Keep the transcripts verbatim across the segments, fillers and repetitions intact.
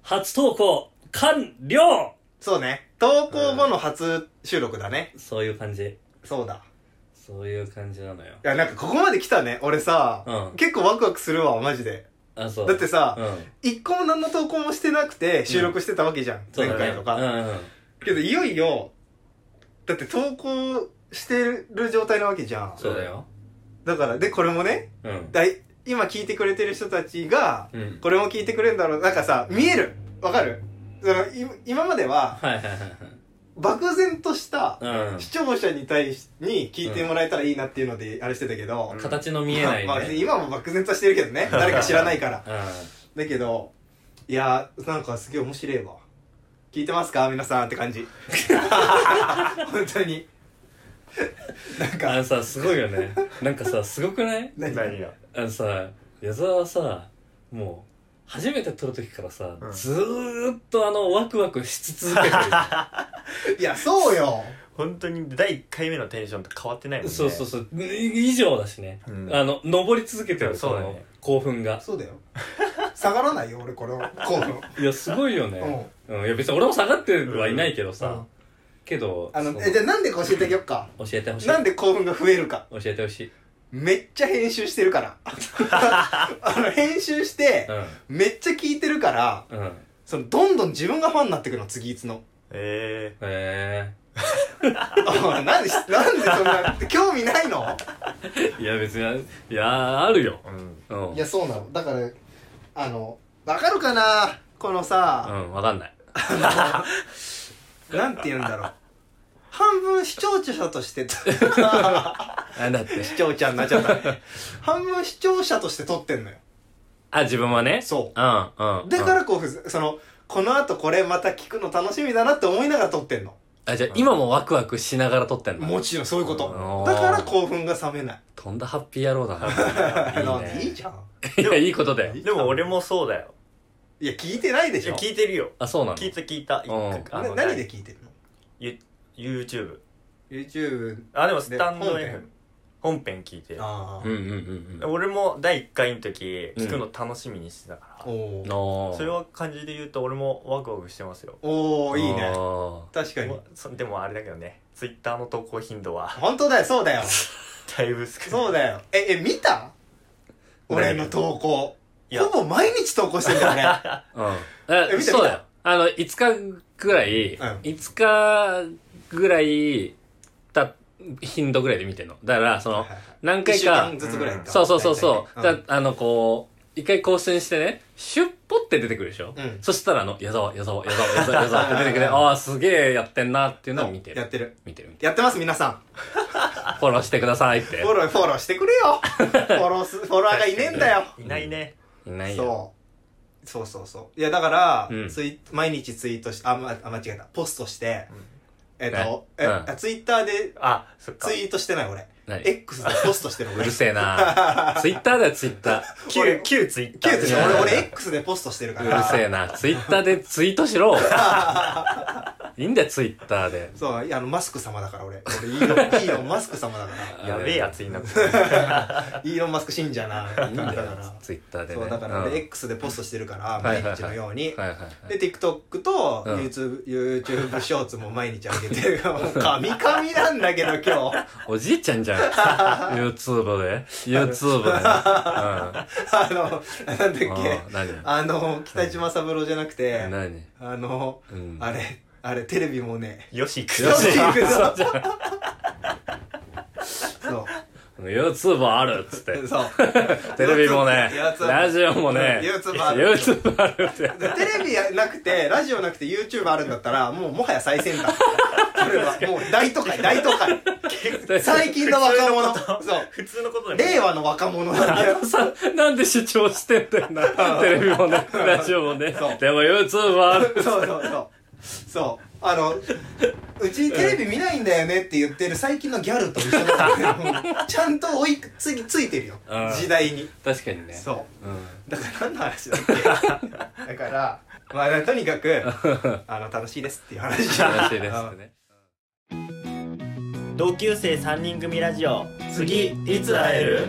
初投稿完了。 そうね、投稿後の初収録だね、 うん、そういう感じ。 そうだ、 そういう感じなのよ。 いやなんかここまで来たね、俺さ、うん、結構ワクワクするわマジで。 あ、そう。 だってさ、 うん、 一個も何の投稿もしてなくて収録してたわけじゃん、うん、前回とか、 うんうんうん、 けどいよいよだって投稿してる状態なわけじゃん。 そうだよ。だからでこれもね、うん、だい今聞いてくれてる人たちが、うん、これも聞いてくれるんだろう、なんかさ見える、わかる、その今までは、はいはいはいはい、漠然とした視聴者に対しに聞いてもらえたらいいなっていうのであれしてたけど、 うん、形の見えないね、まあまあ、 今も漠然としてるけどね誰か知らないから、うん、だけどいやなんかすげえ面白いわ、聞いてますか皆さんって感じ本当になんかあのさすごいよねなんかさすごくない？ 何があのさ矢沢はさもう初めて撮る時からさ、うん、ずーっとあのワクワクし続けてるいやそうよ、 本当にだいいっかいめのテンションと変わってないもんね。 そうそうそう、以上だしね、うん、あの登り続けてる、 そうだね、 興奮が。 そうだよ下がらないよ俺これ興奮いやすごいよね、うんうん、いや別に俺も下がってはいないけどさ、うんうん、けどあのえじゃあなんでか教えてあげよっか。 教えてほしい。 なんで興奮が増えるか教えてほしい。 めっちゃ編集してるからあの編集して、うん、めっちゃ聞いてるから、うん、そのどんどん自分がファンになってくるの、次いつの。 えー、 えーなんでなんでそんな興味ないのいや別にいやあるよ、 うんうん、いやそうなの、だからあのわかるかなこのさ、 うんわかんないなんて言うんだろう、半分視聴者としてなんだって視聴者になっちゃったね半分視聴者として撮ってんのよ。 あ、自分はね。 そう、 うんうん、 だからこうそのこの後これまた聞くの楽しみだなって思いながら撮ってんの。 あ、じゃあ今もワクワクしながら撮ってんの？ もちろんそういうこと、だから興奮が冷めない。 とんだハッピー野郎だな。 いいね、いいじゃん。 いやいいことだよ。 でも俺もそうだよ。 いや聞いてないでしょ。 いや聞いてるよ。 あ、そうなの？ 聞いた聞いた、うん、 何で聞いてるの？ ユ YouTube YouTube あ、でもスタンド エフエム 本編聞いて。 ああ、うんうんうんうん、 俺もだいいっかいの時聞くの楽しみにしてたから、うん、それは感じで言うと俺もワクワクしてますよ。 おおいいね、確かに。 でもあれだけどね、Twitter の投稿頻度は本当だよ、そうだよだいぶ少ない。 そうだよ。ええ見た？俺の投稿ほぼ毎日投稿してるんだよねうん、え見たそうだよ。あのいつかぐらい、うん、いつかぐらいた頻度ぐらいで見てんの。だからその何回かいっしゅうかんずつぐらいか、うん、そうそうそうそう、うん、だあのこう一回更新してね、シュッポって出てくるでしょ、うん、そしたらあの矢沢矢沢矢沢矢沢矢沢って出てきてああすげえやってんなっていうのを見てる。 やってる見てるやってます。皆さんフォローしてくださいって。 フォローフォローしてくれよフォローすフォロワーがいねえんだよ。 いないね、 いないよ。 そうそうそうそういやだから、うん、ツイ毎日ツイートしあ、ま、あ間違えたポストして、うんえっと、え、うん、ツイッターであそっかツイートしてない俺。X でポストしてる俺。 うるせえなツイッターだよツイッター。 旧、旧ツイッター。 旧ツイッター。俺、俺 X でポストしてるから。 うるせえなツイッターでツイートしろいいんだよツイッターで。 そう、いやあのマスク様だから俺。俺イーロン、イーロンマスク様だから。やべえやつになってる。 イーロンマスク信者な。 いいんだよツイッターでね。 そうだから俺 X でポストしてるから毎日のように。で TikTok と YouTube、YouTube ショーツも毎日上げてる。カミカミなんだけど今日。 おじいちゃんじゃん。YouTube で YouTube で、うん、あのなんだっけ、あの北島三郎じゃなくて何あの、うん、あれあれテレビもねよし行くよし行くぞそう YouTube あるっつってそうテレビもねラジオもね YouTube ある YouTube あるってテレビなくてラジオなくて YouTube あるんだったらもうもはや最先端それはもう大都会大都会最近の若者そう普通のことだ令和の若者なんだよさなんで主張してんだよなテレビもねラジオもねでも YouTube あるそうそうそうそうあのうちテレビ見ないんだよねって言ってる最近のギャルと一緒だからちゃんと追いつついてるよ時代に。 確かにね。 そう、うん、だから何の話だっけだからまあとにかくあの楽しいですっていう話。 楽しいですってね。 同級生さんにん組ラジオ次いつ会える？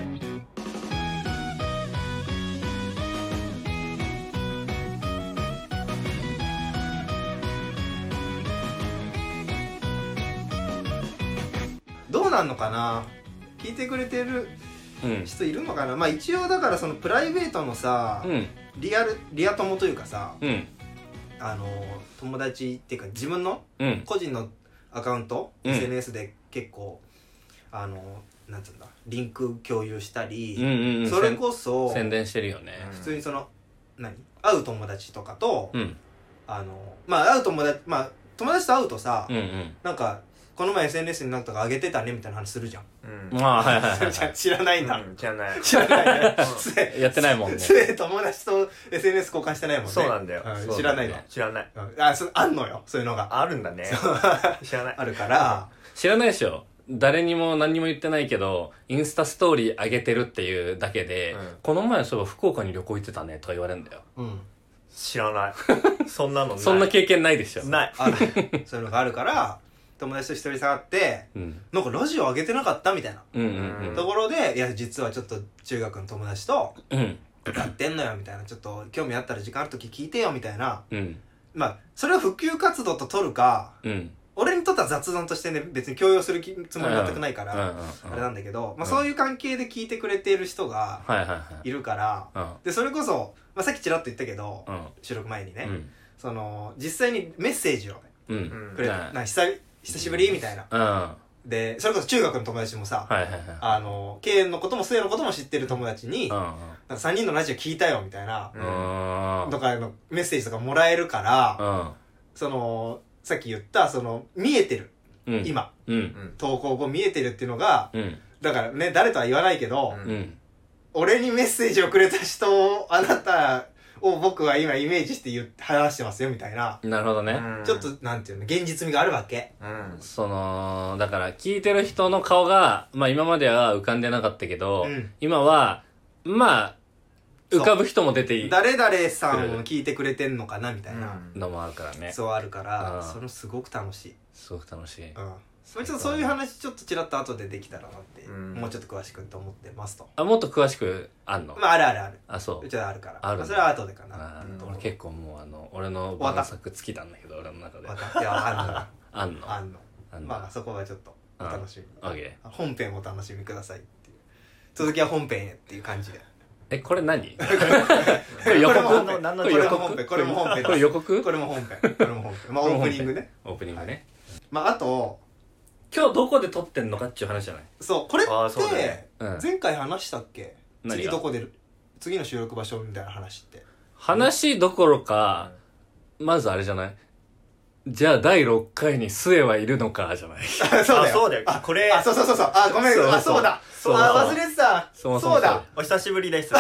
うなんのかな、聞いてくれてる人いるのかな、うん、まあ一応だからそのプライベートのさ、うん、リアルリア友というかさ、うん、あの友達っていうか自分の個人のアカウント、うん、エスエヌエス で結構あのなんていうんだリンク共有したり、うんうんうん、それこそ宣伝してるよね。 普通にその何会う友達とかと、うん、あのまあ会う友達まあ友達と会うとさ、うんうん、なんかこの前 エスエヌエス になんとか上げてたねみたいな話するじゃん。うん、ああはいはいはい、はい、知らないんだ、うん、知らない知らないねやってないもんね。 すで友達と エスエヌエス 交換してないもんね。 そうなんだよ、 うん、知らないの、ね、 知らない、 うん、あそあんのよそういうのがあるんだね知らないあるから知らないでしょ。誰にも何にも言ってないけどインスタストーリー上げてるっていうだけで、うん、この前そういえば福岡に旅行行ってたねとか言われるんだよ、うん、 知らないそんなのないそんな経験ないでしょ。 ないあるそういうのがあるから友達と一人下がって、うん、なんかラジオ上げてなかったみたいな、うんうんうん、ところでいや実はちょっと中学の友達とやってんのよみたいな、ちょっと興味あったら時間ある時聞いてよみたいな、うん、まあそれを普及活動と取るか、うん、俺にとっては雑談としてね別に強要するつもり全くないから、あれなんだけど、まあ、そういう関係で聞いてくれている人がいるから、うん、でそれこそ、まあ、さっきちらっと言ったけど、うん、収録前にね、うん、その実際にメッセージを、ねうん、くれた、うん、な久々久しぶりみたいな、うん、でそれこそ中学の友達もさ、はいはいはい、あのケイのこともスエのことも知ってる友達に、うん、なんかさんにんのラジオ聞いたよみたいな、うん、とかのメッセージとかもらえるから、うん、そのさっき言ったその見えてる、うん、今、うん、投稿後見えてるっていうのが、うん、だからね誰とは言わないけど、うん、俺にメッセージをくれた人あなたを僕は今イメージして言って話してますよみたいな。 なるほどね。 ちょっとなんていうの現実味があるわけ。 うん。そのだから聞いてる人の顔がまあ今までは浮かんでなかったけど、うん、今はまあ浮かぶ人も出ていい。 誰々さんを聞いてくれてんのかなみたいなのもあるからね。 そうあるから、それすごく楽しい。 すごく楽しい。うん。 ちょっとそういう話ちょっとちらっと後でできたらなって、うん、もうちょっと詳しくと思ってますと。 あ、もっと詳しくあんの？ まああるあるある。 あ、そう。 うちはあるから。ある。まあ、それは後でかな。 あ、うん、俺結構もうあの俺の晩作尽きたんだけど俺の中で。 いやあんの。 あんの。 あんの。あんの。まあそこはちょっとお楽しみ。 オッケー。 本編をお楽しみくださいっていう。続きは本編へっていう感じで。 え、これ何？これ予告？これも本編。これも本編。 これ予告？ これも本編。これも本編。まあオープニングね。 オープニングね。 まああと。 今日どこで撮ってんのかっていう話じゃない？ そうこれって前回話したっけ、うん、次どこで次の収録場所みたいな話って話どころか、うん、まずあれじゃない？じゃあだいろっかいに末はいるのかじゃない？ あそうだよそうだよあこれあそうそうそうそうあごめんあそうだそうあ忘れてたそうそうだお久しぶりです皆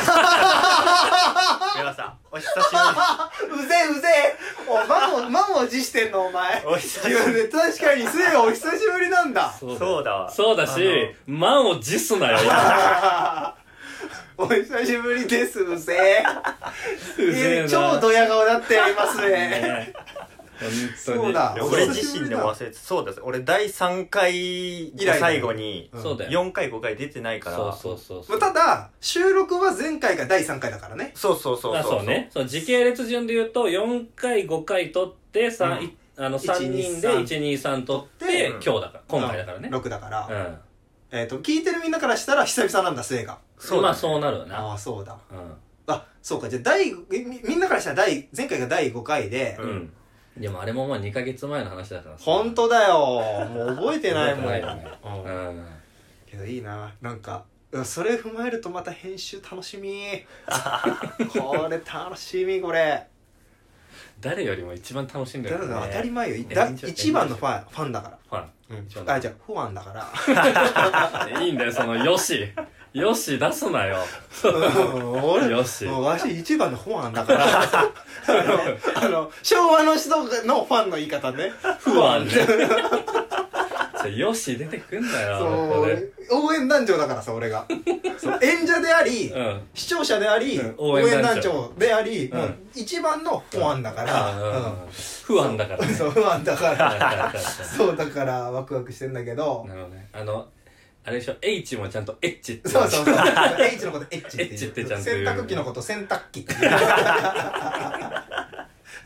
さんお久しぶりうぜうぜお満を満を持してんのお前お久しぶり確かに末はお久しぶりなんだそうだわそうだし満を持すなよお久しぶりですうぜうぜ超ドヤ顔だっていますねねそうだ俺自身でも忘れてそうです俺だいさんかい最後によんかいごかい出てないからそうそうそうそうただ収録は前回がだいさんかいだからねそうそうそうそうそうねそう時系列順で言うとよんかいごかい撮ってさん、うん、あのさんにんでいちにさん撮って今日だから今回だからねろくだからうんえっと聞いてるみんなからしたら久々なんだ末がそうまあそうなるよなああそうだうんあそうかじゃあ第みんなからしたら第前回がだいごかいでうんでもあれもまあにかげつまえの話だからさ本当だよもう覚えてないもん覚えてないよね、うん、うん、 けどいいななんかそれ踏まえるとまた編集楽しみこれ楽しみこれ誰よりも一番楽しんでるから、ね、当たり前よだ一番のファンファンだからファン、うん、あじゃあファンだからいいんだよそのよしよし出すなよ俺よしわし一番のファンだからあのあの昭和の人のファンの言い方ねファンねよし出てくんだよそう応援団長だからさ俺がそう演者であり、うん、視聴者であり、うん、応援団長であり、うん、一番のファンだから、うんうん、 不安だから、ね、 そう不安だからそうだからワクワクしてんだけどなるほどねあのあれでしょ H もちゃんとエッチってそうそうそう H のことエッチってエッチってちゃんと洗濯機のこと洗濯機って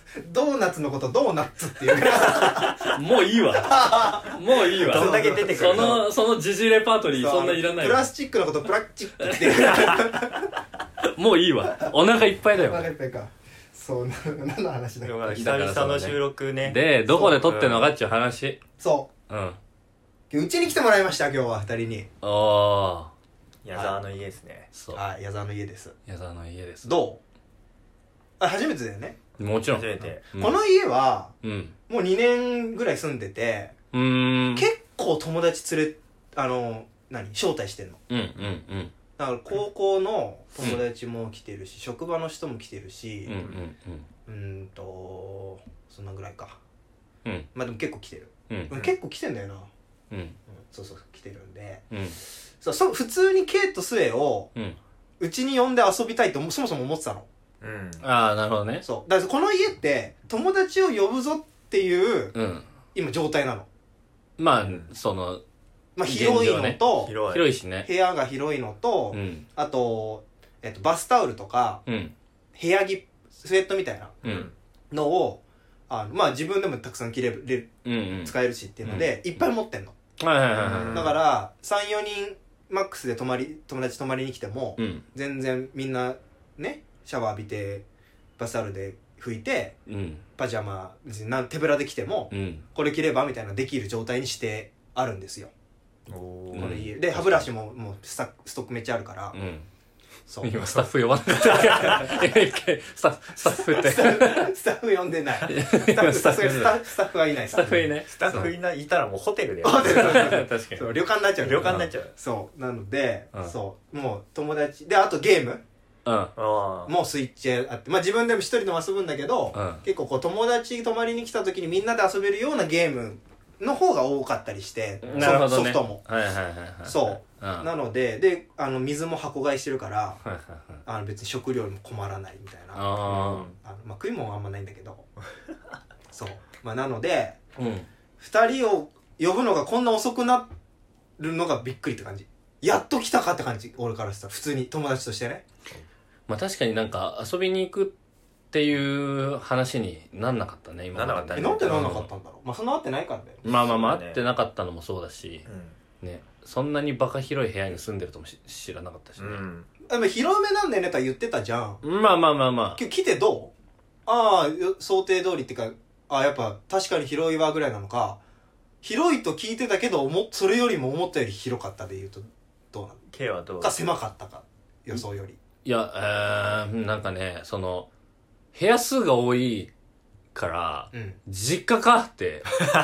ドーナツのことドーナツっていうもういいわもういいわどんだけ出てくるそのその時事レパートリーそんないらないプラスチックのことプラスチックっていうもういいわお腹いっぱいだよお腹いっぱいかそう何の話だっけ久々の収録ねでどこで撮ってんのかっていう話そううんうちに来てもらいました今日はふたりにああ矢沢の家ですねそうはい矢沢の家です矢沢の家ですどうあ初めてだよねもちろん初めて、 うん、この家は、 うん、 もうにねんぐらい住んでてうーん結構友達連れあの何招待してんのうんうんうんだから高校の友達も来てるし、うん、職場の人も来てるしうんうんうんうんとそんなぐらいかうんまあでも結構来てる、 うん、 結構来てんだよなうん、うん、 そうそう来てるんで、 うん、 そうそ普通にケイとスエをうち、ん、に呼んで遊びたいとそもそも思ってたの、 うん、 ああなるほどねそうだからこの家って友達を呼ぶぞっていう、 うん、 今状態なのまあそのまあ広いのと、 ね、広いしね部屋が広いのと、うん、あと、えっと、バスタオルとか、うん、部屋着スウェットみたいなのを、うん、あのまあ自分でもたくさん着れる、うんうん、使えるしっていうので、うん、いっぱい持ってんの、はいはいはいはい、だから さんよにんマックスで泊まり友達泊まりに来ても、うん、全然みんなねシャワー浴びてバスタオルで拭いて、うん、パジャマ別に手ぶらで来ても、うん、これ着ればみたいなできる状態にしてあるんですよ。この家で歯ブラシももうスタストックめっちゃあるから、うん、 そう今スタッフ呼ばなかった一回スタッフスタッフってスタッフ呼んでないスタッフスタッフスタッフはいないスタッフいないスタッフいないいたらもうホテルでホテル確かにそう旅館になっちゃう旅館になっちゃうそうなので、うん、そうもう友達であとゲームうん、もうスイッチあって、まあ自分でも一人でも遊ぶんだけど、うん、結構こう友達泊まりに来た時にみんなで遊べるようなゲームの方が多かったりして、 なるほどね、 ソフトも、 はいはいはいはい、 そう、うん、なのでであの水も箱買いしてるから、はいはいはい、あの別に食料にも困らないみたいな、あの、まあ、食い物はあんまないんだけどそう、まあ、なので、うん、ふたりを呼ぶのがこんな遅くなるのがびっくりって感じ。やっと来たかって感じ。俺からしたら普通に友達としてね。 まあ確かになんか遊びに行くっていう話になんなかったね今。 なんなかったね。なんでなんなかったんだろう。まあそんな会ってないからだよ。 まあまあまあ会ってなかったのもそうだし、うん、ねそんなにバカ広い部屋に住んでるとも知らなかったしね。うん、 でも広めなんだよねとは言ってたじゃん。 まあまあまあまあ。 今日来てどう？ああ想定通りっていうか、ああやっぱ確かに広いわぐらいなのか。広いと聞いてたけどもそれよりも思ったより広かったで言うとどうなの？ K はどうか狭かったか予想より。 いや、えー、なんかねその部屋数が多いから、うん、実家かって思った。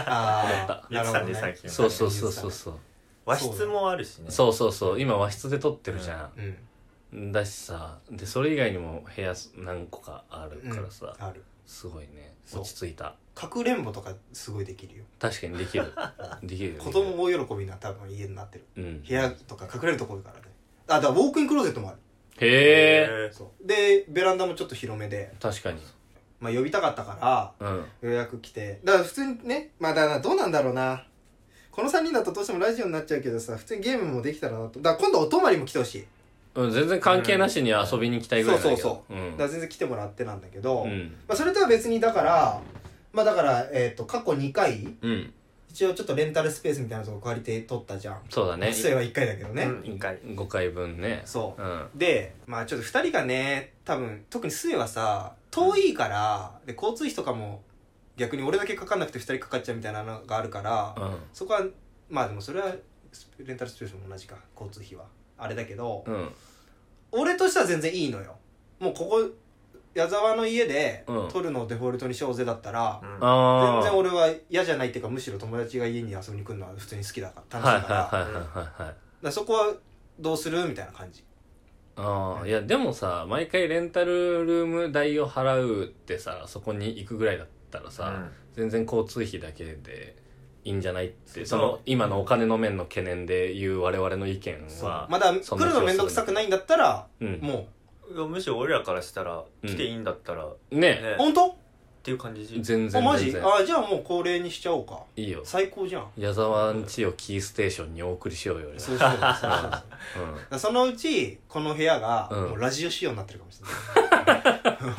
言ってたね最近。 そうそうそうそうそう。 和室もあるしね。 そうそうそう今和室で撮ってるじゃん。うん、だしさでそれ以外にも部屋何個かあるからさ、うん、あるすごいね落ち着いた。 かくれんぼとかすごいできるよ。 確かにできるできる。 子供大喜びな多分家になってる、うん、部屋とか隠れるところからね。あだからウォークインクローゼットもある。 へえ。 でベランダもちょっと広めで確かにまあ呼びたかったから、うん、予約来てだから普通にねまあだからどうなんだろうなこのさんにんだとどうしてもラジオになっちゃうけどさ普通にゲームもできたらなと。だから今度お泊まりも来てほしい。 うん、全然関係なしに遊びに来たいぐらいだけど、うん、そうそうそう、 うん、だから全然来てもらってなんだけど、うんまあ、それとは別にだからまあだから、えー、と過去にかい、うん、一応ちょっとレンタルスペースみたいなとこ借りて撮ったじゃん。 そうだね。 それはいっかいだけどね、 うん、いっかいごかいぶんね。 そう、うん、でまあちょっとふたりがね多分特にスエはさ遠いから、うん、で交通費とかも逆に俺だけかかんなくてふたりかかっちゃうみたいなのがあるから、うん、そこはまあでもそれはレンタルスペースも同じか交通費はあれだけど、うん、俺としては全然いいのよ。もうここ矢沢の家で撮るのをデフォルトにしようぜだったら、うん、全然俺は嫌じゃないっていうかむしろ友達が家に遊びに来るのは普通に好きだから楽しいからそこはどうするみたいな感じ。 ああ、うん、いやでもさ毎回レンタルルーム代を払うってさそこに行くぐらいだったらさ、うん、全然交通費だけでいいんじゃないってその今のお金の面の懸念で言う我々の意見はまだ来るのめんどくさくないんだったら、うん、もうむしろ俺らからしたら来ていいんだったら、 うん、ねえ本当っていう感じ。 全然あマジあじゃあもう恒例にしちゃおうか。 いいよ最高じゃん。 矢沢んちをキーステーションにお送りしようよ。 そうそうそうそう、うん、そのうちこの部屋がもうラジオ仕様になってるかもしれない、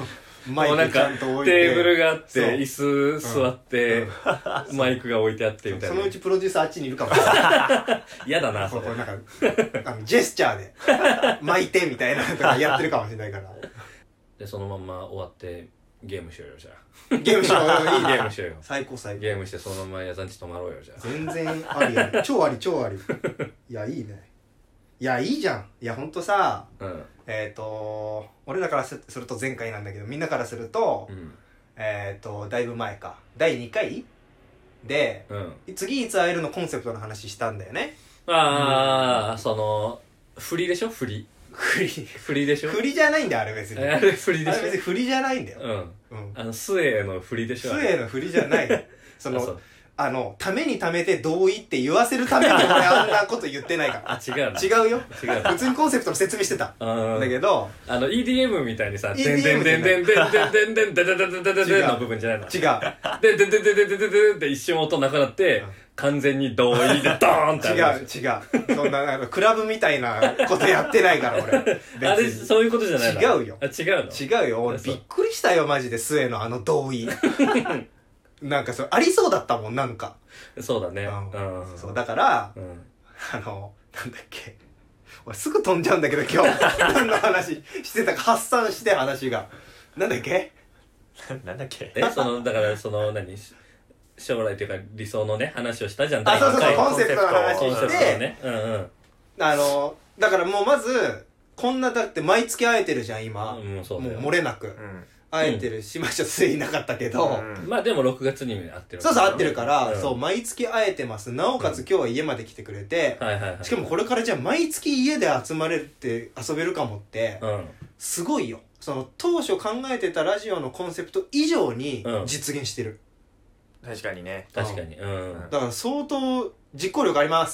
マイクちゃんと置いてテーブルがあって椅子座って、うん、マイクが置いてあってみたいな。 そのうちプロデューサーあっちにいるかもしれない嫌だなそれ。 なんかあのジェスチャーで巻いてみたいなとかやってるかもしれないから。 でそのまま終わってゲームしようよじゃあ。ゲームしようよ。いいゲームしようよ。 最高最高。 ゲームしてそのまま矢山ち泊まろうよじゃあ。 全然ありあり。超あり超あり。いやいいね。いやいいじゃん。いやほんとさ、うん、えっ、ー、と俺らからすると前回なんだけど、みんなからすると、うん、えっ、ー、とだいぶ前かだいにかいで、うん、次いつ会えるのコンセプトの話したんだよね。 ああ、うん、その振りでしょ振り。振り振りでしょ。 振りじゃないんだよあれ別に。 あれ振りでしょ。 あれ別に振りじゃないんだよ。 うん。うん、あの末の振りでしょ。 末の振りじゃない。そのそあのためにためて同意って言わせるために俺あんなこと言ってないから。 あ違うな。 違うよ。違う。普通にコンセプトの説明してた。だけどあの イーディーエム みたいにさ、でんでんでんでんでんでんでんでんでんでんでんでんでんでんの部分じゃないの。 違う。 でんでんでんでんでんでんでんでんって一瞬音なくなって。完全に同意でドーンって違う違うそんなあのクラブみたいなことやってないから俺あれそういうことじゃないの。違うよ。 あ違うの。違うよ。俺びっくりしたよマジで末のあの同意なんかそれありそうだったもんなんか。 そうだね。 うん、うん、そうだから、うん、あのなんだっけ俺すぐ飛んじゃうんだけど今日何の話してたか発散して話がなんだっけなんだっけえそのだからその何将来というか理想のね話をしたじゃん。 あ、そうそうそう、コンセプトの話をして、 ね、うんうん、 あのだからもうまずこんなだって毎月会えてるじゃん今、うん、そうもう漏れなく、うん、会えてるし、まあちょっと末いなかったけど、 うん、まあでもろくがつに会ってる、 そうそう会ってるから、うん、そう毎月会えてます。なおかつ今日は家まで来てくれて、うんはいはいはい、しかもこれからじゃあ毎月家で集まれるって遊べるかもって、うん、すごいよ。その当初考えてたラジオのコンセプト以上に実現してる、うん確かにね。 確かに。うん。 だから相当実行力あります。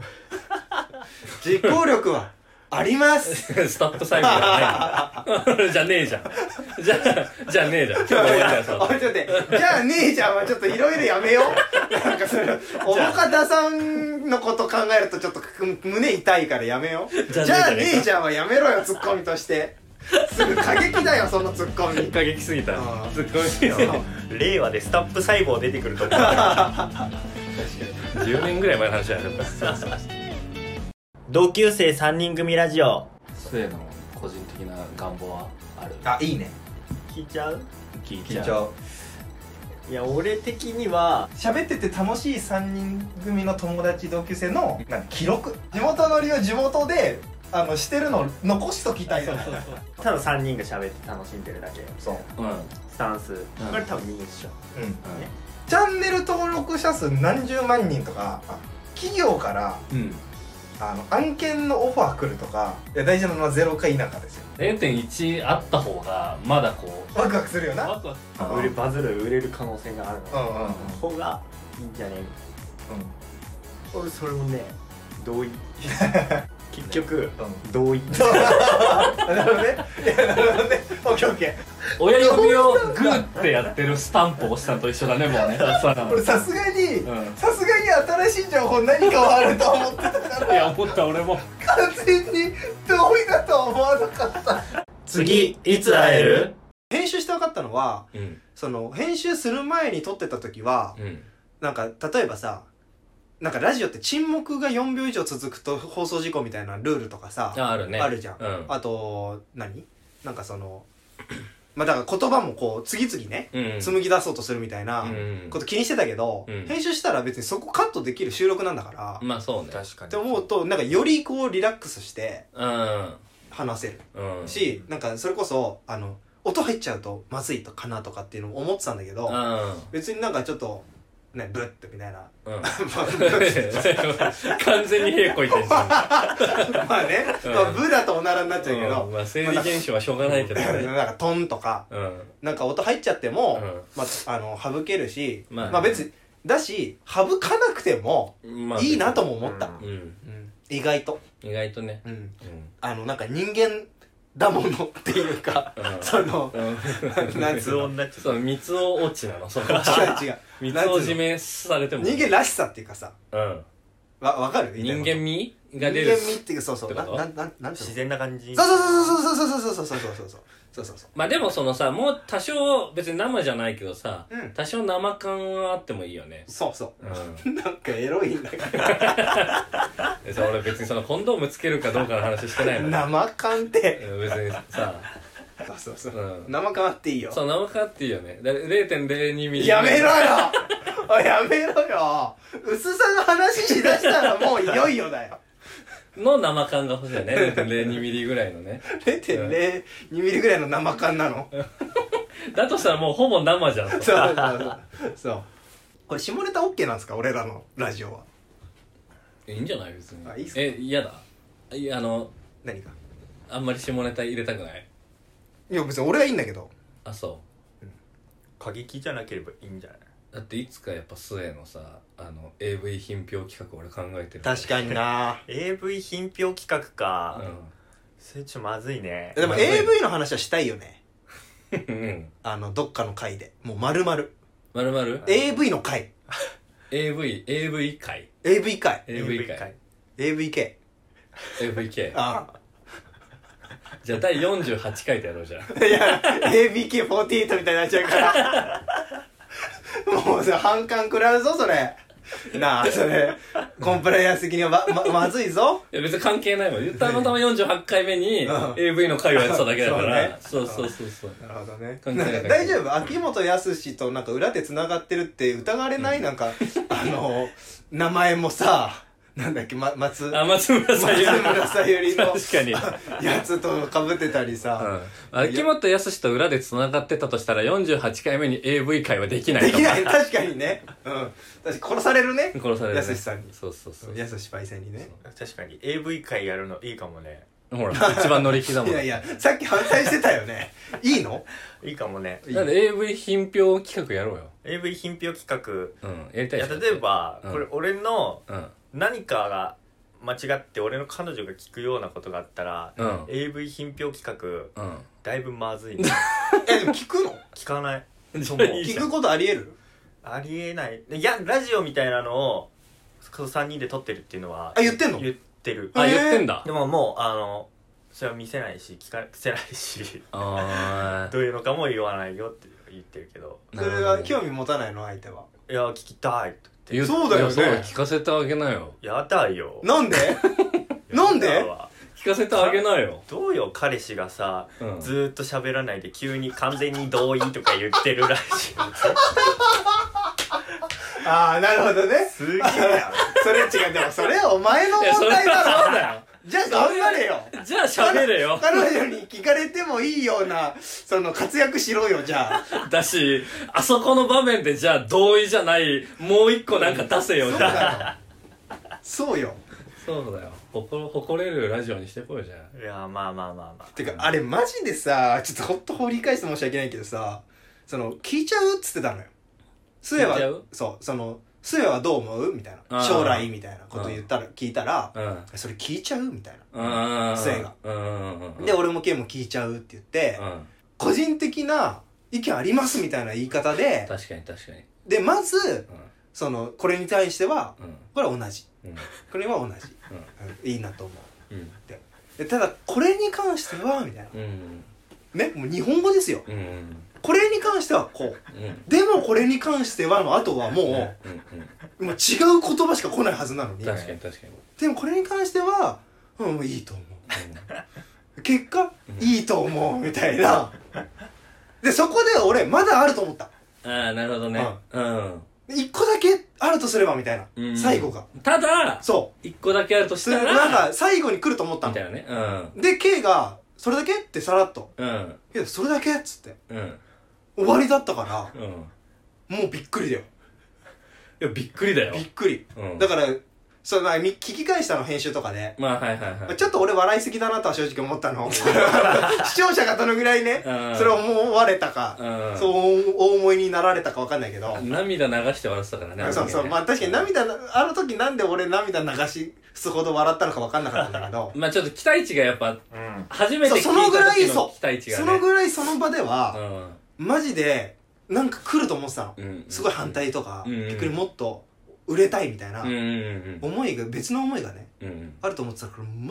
実行力はあります。 スタップサイクルじゃないじゃねえじゃん。じゃあ、じゃあねえじゃん。ちょっと待って、ちょっと待って。じゃあねえじゃんはちょっといろいろやめよう。なんかそれ、おもかたさんのこと考えるとちょっと胸痛いからやめよう。じゃあねえじゃんはやめろよ、ツッコミとして。すぐ過激だよそのツッコミ。 過激すぎたツッコミ。令和でスタップ細胞出てくると思う。 確かにじゅうねんぐらい前の話だよ。 同級生さんにん組ラジオ。 末の個人的な願望はある？ あ、いいね。 聞いちゃう？ 聞いちゃう。聞いちゃう。 いや俺的には喋ってて楽しいさんにん組の友達同級生のなんか記録、地元乗りを地元であのしてるのを残しときたい。そうそうそう。 たださんにんが喋って楽しんでるだけ。 そう、 うん、スタンス、うん、これ多分みんな一緒、 うんうんね、チャンネル登録者数何十万人とか企業から、うん、あの案件のオファー来るとか、いや大事なのはゼロか否かですよ。 れいてんいち あった方がまだこうワクワクするよな。 ワクワク売れバズる売れる可能性があるの、うんうんうん、方がいいんじゃねえ、うん、俺それもね同意結局、ねうん、同意なるほどね。いやなるほどね。オッケーオッケー。 親指をグーってやってるスタンプを押したのと一緒だねもうね。 俺さすがにさすがに新しい情報何かはあると思ってたから。 いや思った俺も完全に同意だとは思わなかった。 次いつ会える？ 編集して分かったのは、うん、その編集する前に撮ってた時は、うん、なんか例えばさなんかラジオって沈黙がよんびょう以上続くと放送事故みたいなルールとかさあ, あ, るね、 あるじゃん、うん、あと何なんかそのまあだから言葉もこう次々ね、うん、紡ぎ出そうとするみたいなこと気にしてたけど、うん、編集したら別にそこカットできる収録なんだからまあそうね確かにって思うとなんかよりこうリラックスして話せる、うん、しなんかそれこそあの音入っちゃうとまずいかなとかっていうのも思ってたんだけど、うん、別になんかちょっとね、ブッてみたいな、うん、 完全に屁こいてんじゃん。 まあね、うんまあ、ブだとおならになっちゃうけど、 うん、まあ生理現象はしょうがないけどね。 なんかトンとか、うん、なんか音入っちゃっても、うん、まああの省けるし、まあ、まあ別にだし省かなくてもいいなとも思った。うんうん、意外と。 意外とね。 うんうん、あのなんか人間だものっていうか、うん、その、うん、 なんつうのその三つお落ちなのその違う違う三つお締めされても人間らしさっていうかさ、うん、わ分かる人間味が出る人間味っていうそうそうななななん自然な感じそうそうそうそうそうそうそうそうそうそうそうそうそうそう。 まあでもそのさ、もう多少別に生じゃないけどさ、うん、多少生感はあってもいいよね。 そうそう、うん、なんかエロいんだけど俺別にそのコンドームつけるかどうかの話してないの。 生感って別にさそうそうそう、うん、生感あっていいよ。 そう、生感あっていいよね。だ れいてんぜろに ミリやめろよやめろよ。薄さの話しだしたらもういよいよだよの生感が欲しいよね。 れいてんぜろに ミリぐらいのね。 れいてんぜろに ミリぐらいの生感なのだとしたらもうほぼ生じゃん。そうそうそうそう。これ下ネタ OK なんですか、俺らのラジオは。 いいんじゃない別に。 あ、いいっすか。 え、嫌だ。いや、あの何かあんまり下ネタ入れたくない。 いや別に俺はいいんだけど。 あ、そう、 うん、過激じゃなければいいんじゃない。 だっていつかやっぱ末のさ、あの エーブイ 品評企画俺考えてる。 確かになエーブイ 品評企画か、うん、それちょっとまずいね。 でも エーブイ の話はしたいよねうん、あのどっかの回でもう丸々 丸々 エーブイ の回エーブイ エーブイ 回エーブイ 回エーブイ 回エーブイケーエーブイケーああじゃあだいよんじゅうはちかいでやろうじゃん。 いや エービーケーフォーティーエイト みたいになっちゃうからもうさ反感食らうぞそれなあそれコンプライアンス的には ま, ま, まずいぞ。 いや別に関係ないもん。言ったらたまたまよんじゅうはちかいめに エーブイ の回をやってただけだからそう、ね、そうそうそうそう。 なるほどね。大丈夫。秋元康となんか裏で繋がってるって疑われない、うん、なんかあの名前もさなんだっけ、ま、松あ松村さゆり松村さゆりの確かにやつと被ってたりさ、 うん、秋元康と裏で繋がってたとしたらよんじゅうはちかいめに エーブイ 会はできないできない。確かにね、うん、確か殺されるね。 殺されるね康さんに。 そうそうそう、 康パイセンにね。 確かに エーブイ 会やるのいいかもね。 ほら一番乗り気だもん。 いやいやさっき反対してたよねいいのいいかもね。 なんで エーブイ 品評企画やろうよ。 エーブイ 品評企画、 うん、やりたい。 いや例えば、うん、これ俺のうん何かが間違って俺の彼女が聞くようなことがあったら、 うん、 エーブイ 品評企画、うん、だいぶまずいねえでも聞くの？ 聞かない聞くことありえる？ ありえない。いやラジオみたいなのをさんにんで撮ってるっていうのはあ言ってんの？ 言ってる。 あ言ってんだ。 でももうあのそれは見せないし聞かせないしあどういうのかも言わないよって言ってるけど、 それは興味持たないの相手は。 いや聞きたいって言って。そうだよね。 そう聞かせてあげなよ。 やだよ。 なんでなんで聞かせてあげなよ。 どうよ彼氏がさ、うん、ずーっと喋らないで急に完全に同意とか言ってるらしいああなるほどね。 すげえそれ違う。でもそれはお前の問題だろ。そうだよ。じゃあ頑張れよ。 じゃあ喋れよ。 彼女に聞かれてもいいようなその活躍しろよじゃあ。 だしあそこの場面でじゃあ同意じゃないもう一個なんか出せよ。じゃあそうよ。 そうだよ。誇誇れるラジオにしてこいじゃん。 いやまあまあまあまあ。 てかあれマジでさちょっとほっと掘り返して申し訳ないけどさその聞いちゃうっつってたのよ。スエはそうそのスエはどう思うみたいな将来みたいなこと言ったら聞いたら、うん、それ聞いちゃうみたいなスエが、うん、で俺もケンも聞いちゃうって言って、うん、個人的な意見ありますみたいな言い方で確かに確かにでまず、うん、そのこれに対しては、うん、これは同じ、うん、これは同じ、うん、いいなと思う、うん、で, でただこれに関してはみたいな、うん、ねもう日本語ですよ、うんこれに関してはこう、うん、でもこれに関してはの後はもう、うんうんうん、もう違う言葉しか来ないはずなのに確かに確かにでもこれに関しては、うん、もういいと思う、うん、結果、うん、いいと思うみたいなでそこで俺まだあると思った。 ああなるほどねうん一個だけあるとすればみたいな、うん、最後がただそう一個だけあるとしたらなんか最後に来ると思ったのみたいなね、 うん、で K がそれだけってさらっと、 うん、 いやそれだけっつって、 うん終わりだったから、 うん、 もうびっくりだよ。 いやびっくりだよ。 びっくり。うん、だからその聞き返したの編集とかで、 まあはいはいはい。 ちょっと俺笑いすぎだなとは正直思ったの。視聴者がどのぐらいね、うん、それを思われたか、うん、そう大思いになられたかわかんないけど。 涙流して笑ってたからね。 そうそう。まあ確かに涙あの時なんで俺涙流しすほど笑ったのかわかんなかったんだけど。 まあちょっと期待値がやっぱ、うん、初めて聞いた時の期待値がね。 そのぐらいその場では。うんマジでなんか来ると思ってたの、うん、すごい反対とか、うん、逆にもっと売れたいみたいな思いが別の思いがね、うん、あると思ってたから全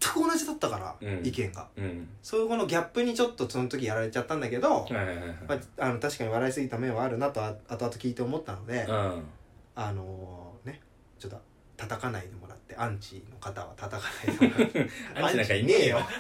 く同じだったから、うん、意見が、うん、そういうこのギャップにちょっとその時やられちゃったんだけど、はいはいはいはい、まあ、あの確かに笑いすぎた面はあるなと後々聞いて思ったので、うん、あのー、ねちょっと叩かないでもらってアンチの方は叩かないでもらってアンチなんかいねえよ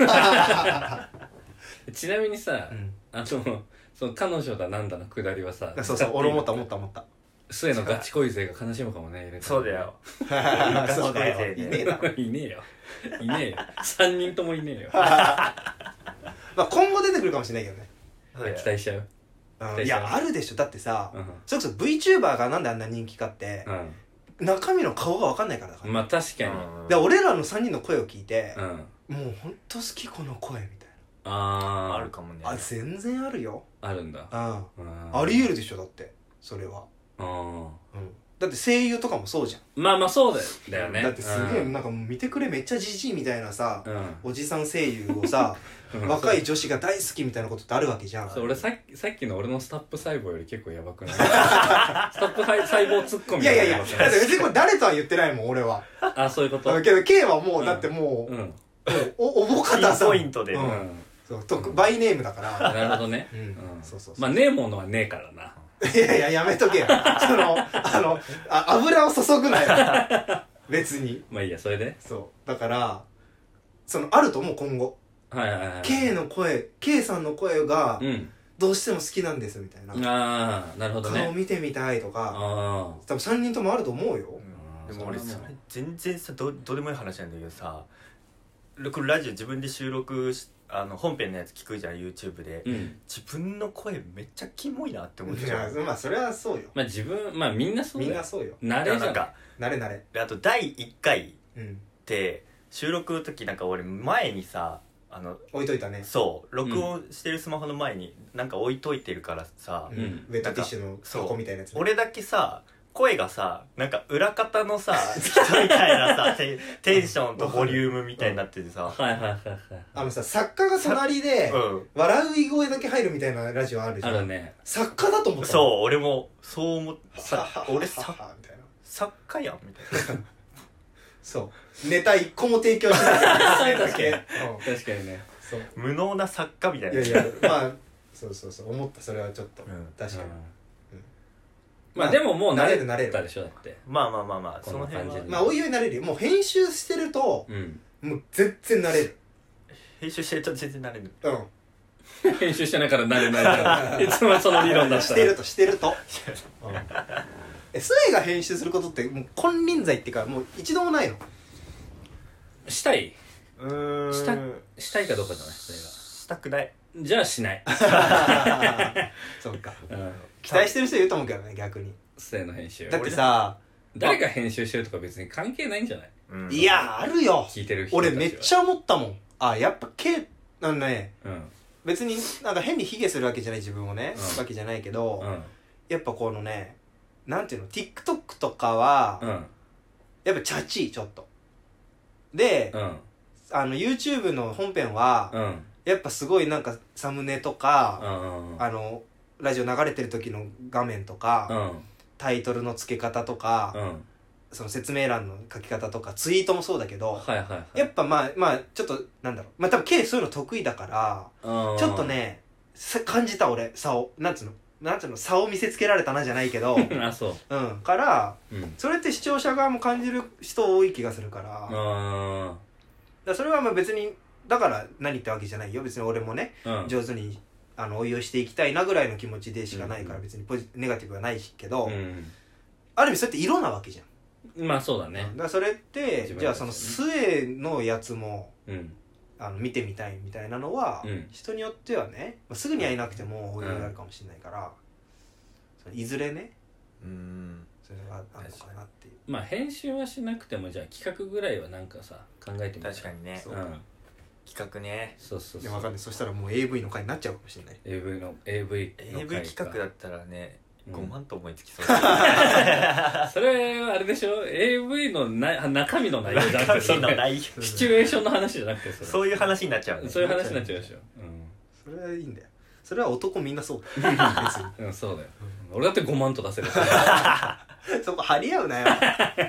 ちなみにさ、うん、あのその彼女だなんだのくだりはさ、 そうそう俺思った思った思った末のガチ恋勢が悲しむかもね。入れたそうだよそうだよいねえだろいねえよいねえよさんにんともいねえよまあ今後出てくるかもしれないけどね。 期待しちゃう、 うん、いやあるでしょ。だってさ、うん、それこそ VTuber がなんであんな人気かって、うん、中身の顔が分かんないからだから。 まあ確かに、 うん、で俺らのさんにんの声を聞いて、うん、もうほんと好きこの声みたいな。 あーあるかもね。 あ全然あるよ。あるんだ。 うん、あり得るでしょ。だってそれはあ、うん、だって声優とかもそうじゃん。 まあまあそうだよね。 だってすげえ、うん、なんかもう見てくれめっちゃジジイみたいなさ、うん、おじさん声優をさ若い女子が大好きみたいなことってあるわけじゃん。 そう俺さっきさっきの俺のスタップ細胞より結構やばくないスタップ細胞ツッコミ。 いやいやいや別にこれ誰とは言ってないもん俺は。 あそういうこと。 けど K はもう、うん、だってもう、うん、もうおおぼかたさポイントで、 うんうん、そうとバイネームだから。 なるほどね、うんうん、そうそうそう。まあねえものはねえからな。 いやいややめとけよそのあのあ油を注ぐなよ別に。 まあいいやそれで。 そうだからそのあると思う今後。 はいはいはい、 K の声 K さんの声がどうしても好きなんですみたいな、うん、 ああなるほどね。 顔見てみたいとかあ多分さんにんともあると思うよ、 うん、でも俺それ全然さ ど, どうでもいい話なんだけどさこれラジオ自分で収録しあの本編のやつ聞くじゃん YouTube で、うん、自分の声めっちゃキモいなって思っちゃう。 いやまあそれはそうよ。 まあ自分まあみんなそうよ。 みんなそうよ。 慣れじゃんか。 慣れ慣れ。 あとだいいっかいって収録の時なんか俺前にさあの置いといたね。 そう録音してるスマホの前になんか置いといてるからさ、 うん、ウェットティッシュの箱みたいなやつ、ね、 俺だけさ声がさなんか裏方のさ人みたいなさテ, テンションとボリュームみたいになっててさ、 はいはいはいはい。 あのさ作家が隣で、うん、笑う声だけ入るみたいなラジオあるじゃん。 あるね。 作家だと思った。 そう俺もそう思った俺さ作家やんみたいなそうネタ一個も提供しない確かに、うん、確かにね。 そう無能な作家みたいな。 いやいやまあそうそうそう思った。それはちょっと、うん、確かに、うんまあでももう慣れたでしょ。だってまあまあまあまあその辺はまあおいおい慣れるよ。もう編集してると、うん、もう全然慣れる。 編集してると全然慣れる。 うん編集してないから慣れないからいつもその理論だったらしてるとしてるとえスエが編集することってもう金輪際っていうかもう一度もないの。 したい。 うーんしたしたいかどうかじゃない。スエがしたくない。 じゃあしないそうか、うん、期待してる人いると思うけどね逆にスエの編集。 だってさ誰が編集してるとか別に関係ないんじゃない、 うん、いやあるよ。 聞いてる人たちは。 俺めっちゃ思ったもん。あやっぱ K あのね、うん、別になんか変に卑下するわけじゃない自分をね、うん、わけじゃないけど、うん、やっぱこのねなんていうの TikTok とかは、うん、やっぱチャチいちょっとで、うん、あの YouTube の本編は、うんやっぱすごいなんかサムネとか、うん、あのラジオ流れてる時の画面とか、うん、タイトルの付け方とか、うん、その説明欄の書き方とかツイートもそうだけど、はいはいはい、やっぱまあまあちょっとなんだろうまあ多分 K そういうの得意だから、うん、ちょっとね感じた俺差をなんつうのなんつうの差を見せつけられたなじゃないけどあそう、 うん、から、うん、それって視聴者側も感じる人多い気がするから、うん、だからそれはまあ別にだから何ってわけじゃないよ。別に俺もね、うん、上手にあの応用していきたいなぐらいの気持ちでしかないから、別にポジネガティブはないけど、うん、ある意味そうやって色なわけじゃん。まあそうだね。 だからそれってじゃあその末のやつも、うん、あの見てみたいみたいなのは、うん、人によってはね、まあ、すぐに会えなくても応用があるかもしれないから、うん、いずれね、うんそれがあるのかなっていう。 まあ編集はしなくてもじゃあ企画ぐらいはなんかさ考えてみたい。 確かにね。 そううん企画ね。 そうそうそう。 でも分かんない。そしたらもう エーブイ の回になっちゃうかもしれない。 エーブイ の エーブイ のエーブイ 企画だったらね、うん、ごまんと思いつきそうそれはあれでしょ エーブイ のな中身の内容じゃなくてシチュエーションの話じゃなくてそれそういう話になっちゃう、 ね、そういう話になっちゃうでしょ、 うん、それはいいんだよ。それは男みんなそうだよ別に、うん、そうだよ、うん、俺だってごまんと出せるそこ張り合うなよ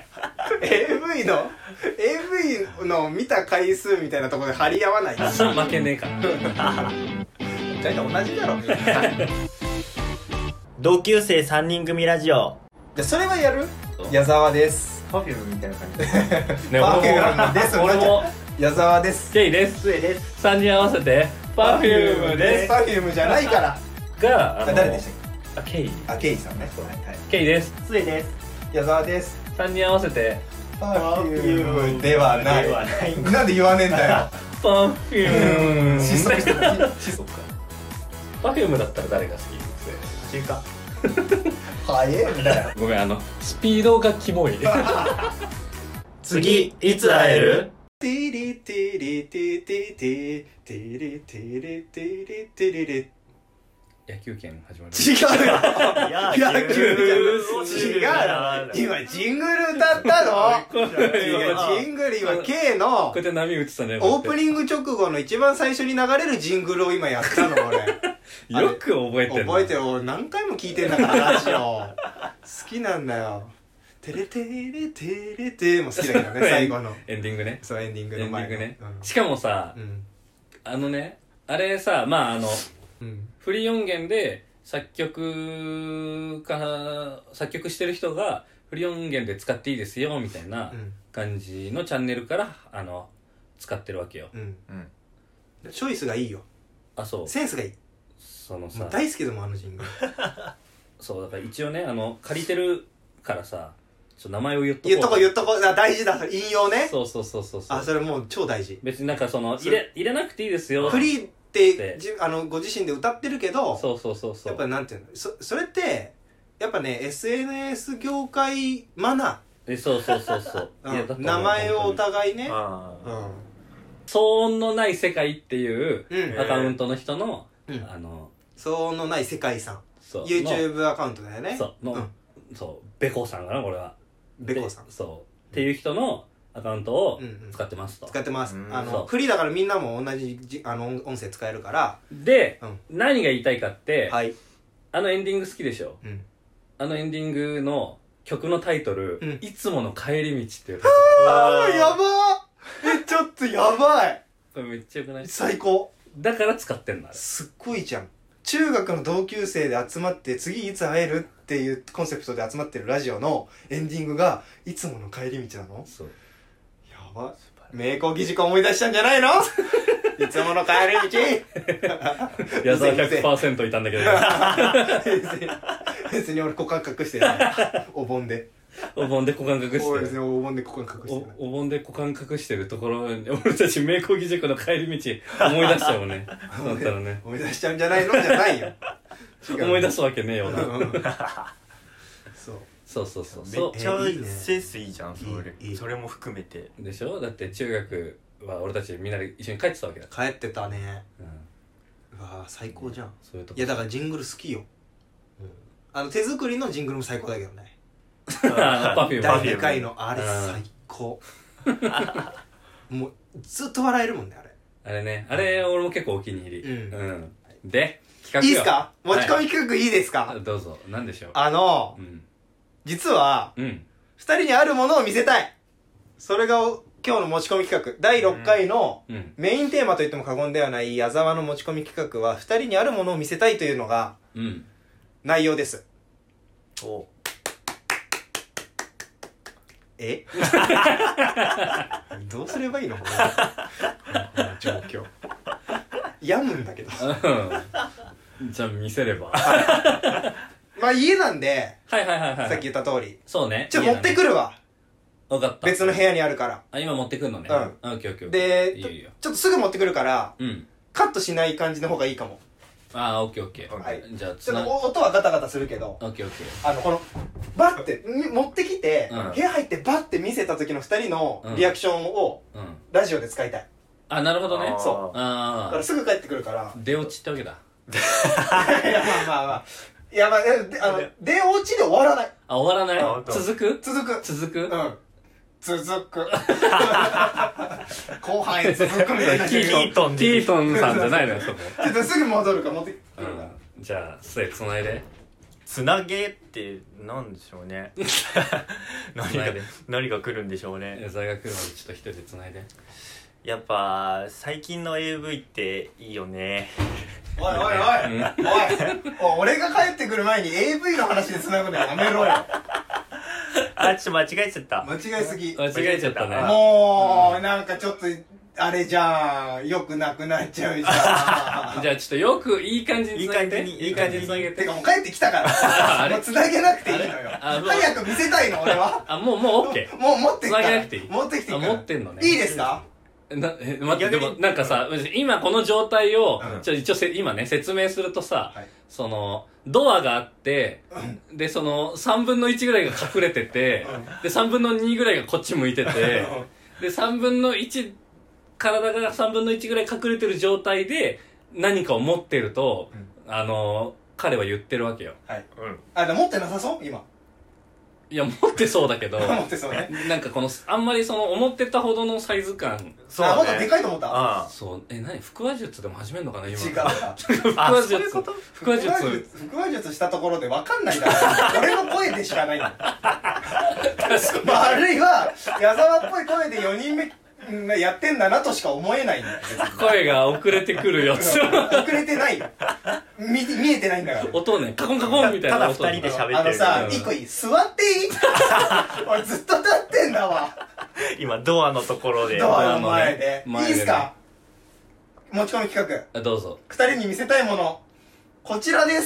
エーブイ の エーブイ の見た回数みたいなところで張り合わないよ負けねえから大体同じだろみんな同級生さんにん組ラジオ。 じゃそれはやる。矢沢です。 パフュームみたいな感じね、 パフュームです俺も矢沢です。 ケイです。 スエです。 さんにん合わせてパフュームです。 パフュームじゃないからが、 誰でしたっけ。あ、ケイ。 あ、ケイさんね。 ケイです。 スエです。 矢沢です。 さんにん合わせてパフュームではない。なんで言わねえんだよ。 パフューム。 失速してた。失速か。 パフュームだったら誰が好き？ 中華。 早えんだよ。 ごめん、あのスピードがキモい。 次いつ会える？ ティリティリティティティティリティリティリティリリ。 野球拳始まる。 違うよ。野球違う。今ジングル歌ったの。違う、ジングル今 K のこうやって波打ってたね。 オープニング直後の一番最初に流れるジングルを今やったの俺。 よく覚えてる。 覚えてる。何回も聞いてんだからラジオ。好きなんだよ。テレテレテレテも好きだけどね、最後のエンディングね。 そう、エンディングの前のエンディングね。しかもさ、あのね、あれさ、まああのフリー音源で作曲家作曲してる人がフリー音源で使っていいですよみたいな感じのチャンネルからあの使ってるわけよ。 チョイスがいいよ。 あ、そう。 センスがいい。 そのさ、 大好きでもあのジングル。 そうだから一応ね、あの借りてるからさ、ちょっと名前を言っとこう。 言っとこう言っとこう。大事だ、引用ね。 そうそうそうそう。 あ、それもう超大事。 別になんかその入れ入れなくていいですよ。 フリーってじあのご自身で歌ってるけど、 そうそうそうそう。 やっぱなんていうの、そそれってやっぱね エスエヌエス 業界マナー。 え、そうそうそうそう。 いやだ名前をお互いね。あうん。騒音のない世界っていうアカウントの人の、うん、あの騒音のない世界さん。そう。YouTube アカウントだよね。 そうの、うん、そうベコさんかなこれは。 ベコさん。 そうっていう人のアカウントを使ってますと。 使ってます。あのフリーだからみんなも同じじあの音声使えるから。 で、うん、何が言いたいかって、 はい、 あのエンディング好きでしょ。うん、あのエンディングの曲のタイトル、うん、いつもの帰り道っていうタイトル。 ああやばー。えちょっとやばい。 これめっちゃよくない？ 最高。 だから使ってんだ。 すっごいじゃん。中学の同級生で集まって次いつ会えるっていうコンセプトで集まってるラジオのエンディングがいつもの帰り道なの？そう。やば。名工義塾思い出したんじゃないの？いつもの帰り道。 矢沢 ひゃくパーセント いたんだけど。 別に、別に俺股間隠してない。お盆で。 お盆で股間隠してる。お盆で股間隠してる。 お盆で股間隠してるところに俺たち名工義塾の帰り道思い出しちゃうね。だったらね。 思い出しちゃうんじゃないのじゃないよ。 思い出すわけねえよな。 そう。 そうそうそう。 めっちゃセンスいいじゃん、それ。それも含めて。 でしょ？だって中学は俺たちみんなで一緒に帰ってたわけだ。 帰ってたね。うわ最高じゃん。いやだからジングル好きよ。あの手作りのジングルも最高だけどね。 パフューム。 だいにかいのあれ最高。もうずっと笑えるもんねあれ。 あれね、あれ俺も結構お気に入り。うん。で企画いいですか？持ち込み企画いいですか？ どうぞ。なんでしょう。 あの実はふたりにあるものを見せたい。それが今日の持ち込み企画だいろっかいのメインテーマといっても過言ではない矢沢の持ち込み企画はふたりにあるものを見せたいというのが内容です。おえどうすればいいのこの状況。病むんだけど。 じゃあ見せれば。 まあ家なんで、 はいはいはいはい。 さっき言った通り。 そうね。 ちょっと持ってくるわ。 分かった。 別の部屋にあるから。 あ、今持ってくるのね。 うん。 オッケーオッケー。 で、ちょっとすぐ持ってくるから、うん。カットしない感じの方がいいかも。 ああ、オッケーオッケー。はい。じゃあ、 ちょっと音はガタガタするけど。 オッケーオッケー。 あの、この、バッて、持ってきて、部屋入ってバッて見せた時の二人のリアクションを、ラジオで使いたい。 あ、なるほどね。 そう。ああ。だからすぐ帰ってくるから。 出落ちってわけだ。 いや、まあまあまあ。いや、まあ、あの、出落ちで終わらない。 あ、終わらない続く続く。 続くうん。 続く。後半へ続くみたいな。 ティートン、ティートンさんじゃないのよ、そこ。 ちょっとすぐ戻るから持ってくるから。 じゃあ、スエつないで。 つなげってなんでしょうね何が何が来るんでしょうね。 ザが来るまでちょっと一人でつないで。 やっぱ最近の エーブイ っていいよね。 おいおいおいおい、俺が帰ってくる前に エーブイ の話でつなぐのやめろよ。 あ、ちょっと間違えちゃった。 間違えすぎ。 間違えちゃったね。 もうなんかちょっとあれじゃん、よくなくなっちゃうじゃん。 じゃあちょっとよくいい感じにつなげて。 いい感じにつなげて。 てかもう帰ってきたからもうつなげなくていいのよ。早く見せたいの俺は。 あ、もうもう OK。 もう持ってきた。 つなげなくていい。 持ってきていい。 持ってんのね。 いいですか。 なえ待って、でもなんかさ、今この状態を、うん、ちょ一応せ今ね説明するとさ、はい、そのドアがあって、うん、でそのさんぶんのいちぐらいが隠れてて、うん、でさんぶんのにぐらいがこっち向いててでさんぶんのいち体がさんぶんのいちぐらい隠れてる状態で何かを持ってると、うん、あの彼は言ってるわけよ。 はい。うん。あ、で持ってなさそう今。 いや、持ってそうだけど、 持ってそうね。 なんかこの、あんまりその、思ってたほどのサイズ感。 そうね。あ、もっとでかいと思った。 ああ。そう。え、何腹話術でも始めるのかな今。 違う。 腹話術。腹話術。 腹話術したところで分かんないだろ。俺の声でしかないんだ。まあ、あるいは、矢沢っぽい声でよにんめやってんだなとしか思えないんだよ。 声が遅れてくるよ。 遅れてないよ。見, 見えてないんだから。 音ね、カコンカコンみたいな。 ただ二人で喋ってる。 あのさ、一個いい？座っていい？俺ずっと立ってんだわ。 今ドアのところで。 ドアの前で。いいっすか？持ち込み企画。どうぞ。 二人に見せたいもの、こちらです。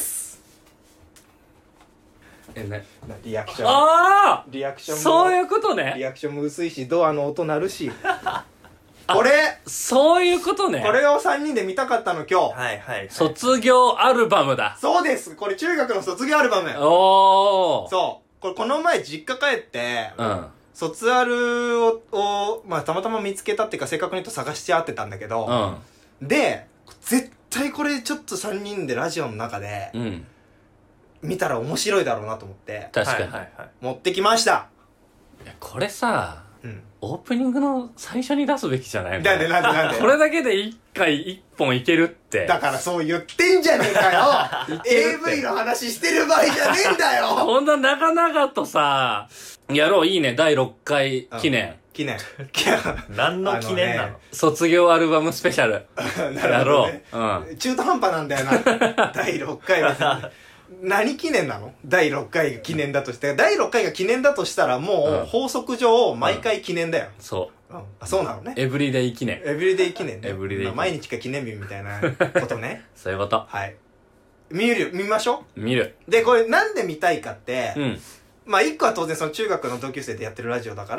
え、ね、 リアクション。 ああ！ リアクションも。 そういうことね。 リアクションも薄いし、ドアの音鳴るし。これそういうことね。 これをさんにんで見たかったの今日。 はいはい、はい。 卒業アルバムだ。 そうです。これ中学の卒業アルバム。 おー。 そう。これこの前実家帰って、 うん。 卒アルを、をまあたまたま見つけたっていうか正確に言うと探してあってたんだけど、うん。で、絶対これちょっとさんにんでラジオの中で、うん。見たら面白いだろうなと思って。 確かに。 はいはいはい。持ってきました。 いや、これさ、うん、オープニングの最初に出すべきじゃないの？ なんでなんでなんでこれだけで一回一本いけるって。 だからそう言ってんじゃねえかよエーブイ の話してる場合じゃねえんだよほんと長々とさ、やろう、いいね、だいろっかい記念。うん、 記念。 何の記念なの？ ね、卒業アルバムスペシャル。やろう、ね。 うん。中途半端なんだよな。だいろっかいは。何記念なの？だいろっかいが記念だとして。だいろっかいが記念だとしたらもう法則上毎回記念だよ。 うん、そう。 うん、あ、そうなのね。 エブリデイ記念。 エブリデイ記念ね。 エブリデイ記念。 まあ、毎日が記念日みたいなことね。 そういうこと。 はい。見る、見ましょう。見る。 で、これなんで見たいかって、 うん。 まあ一個は当然その中学の同級生でやってるラジオだから、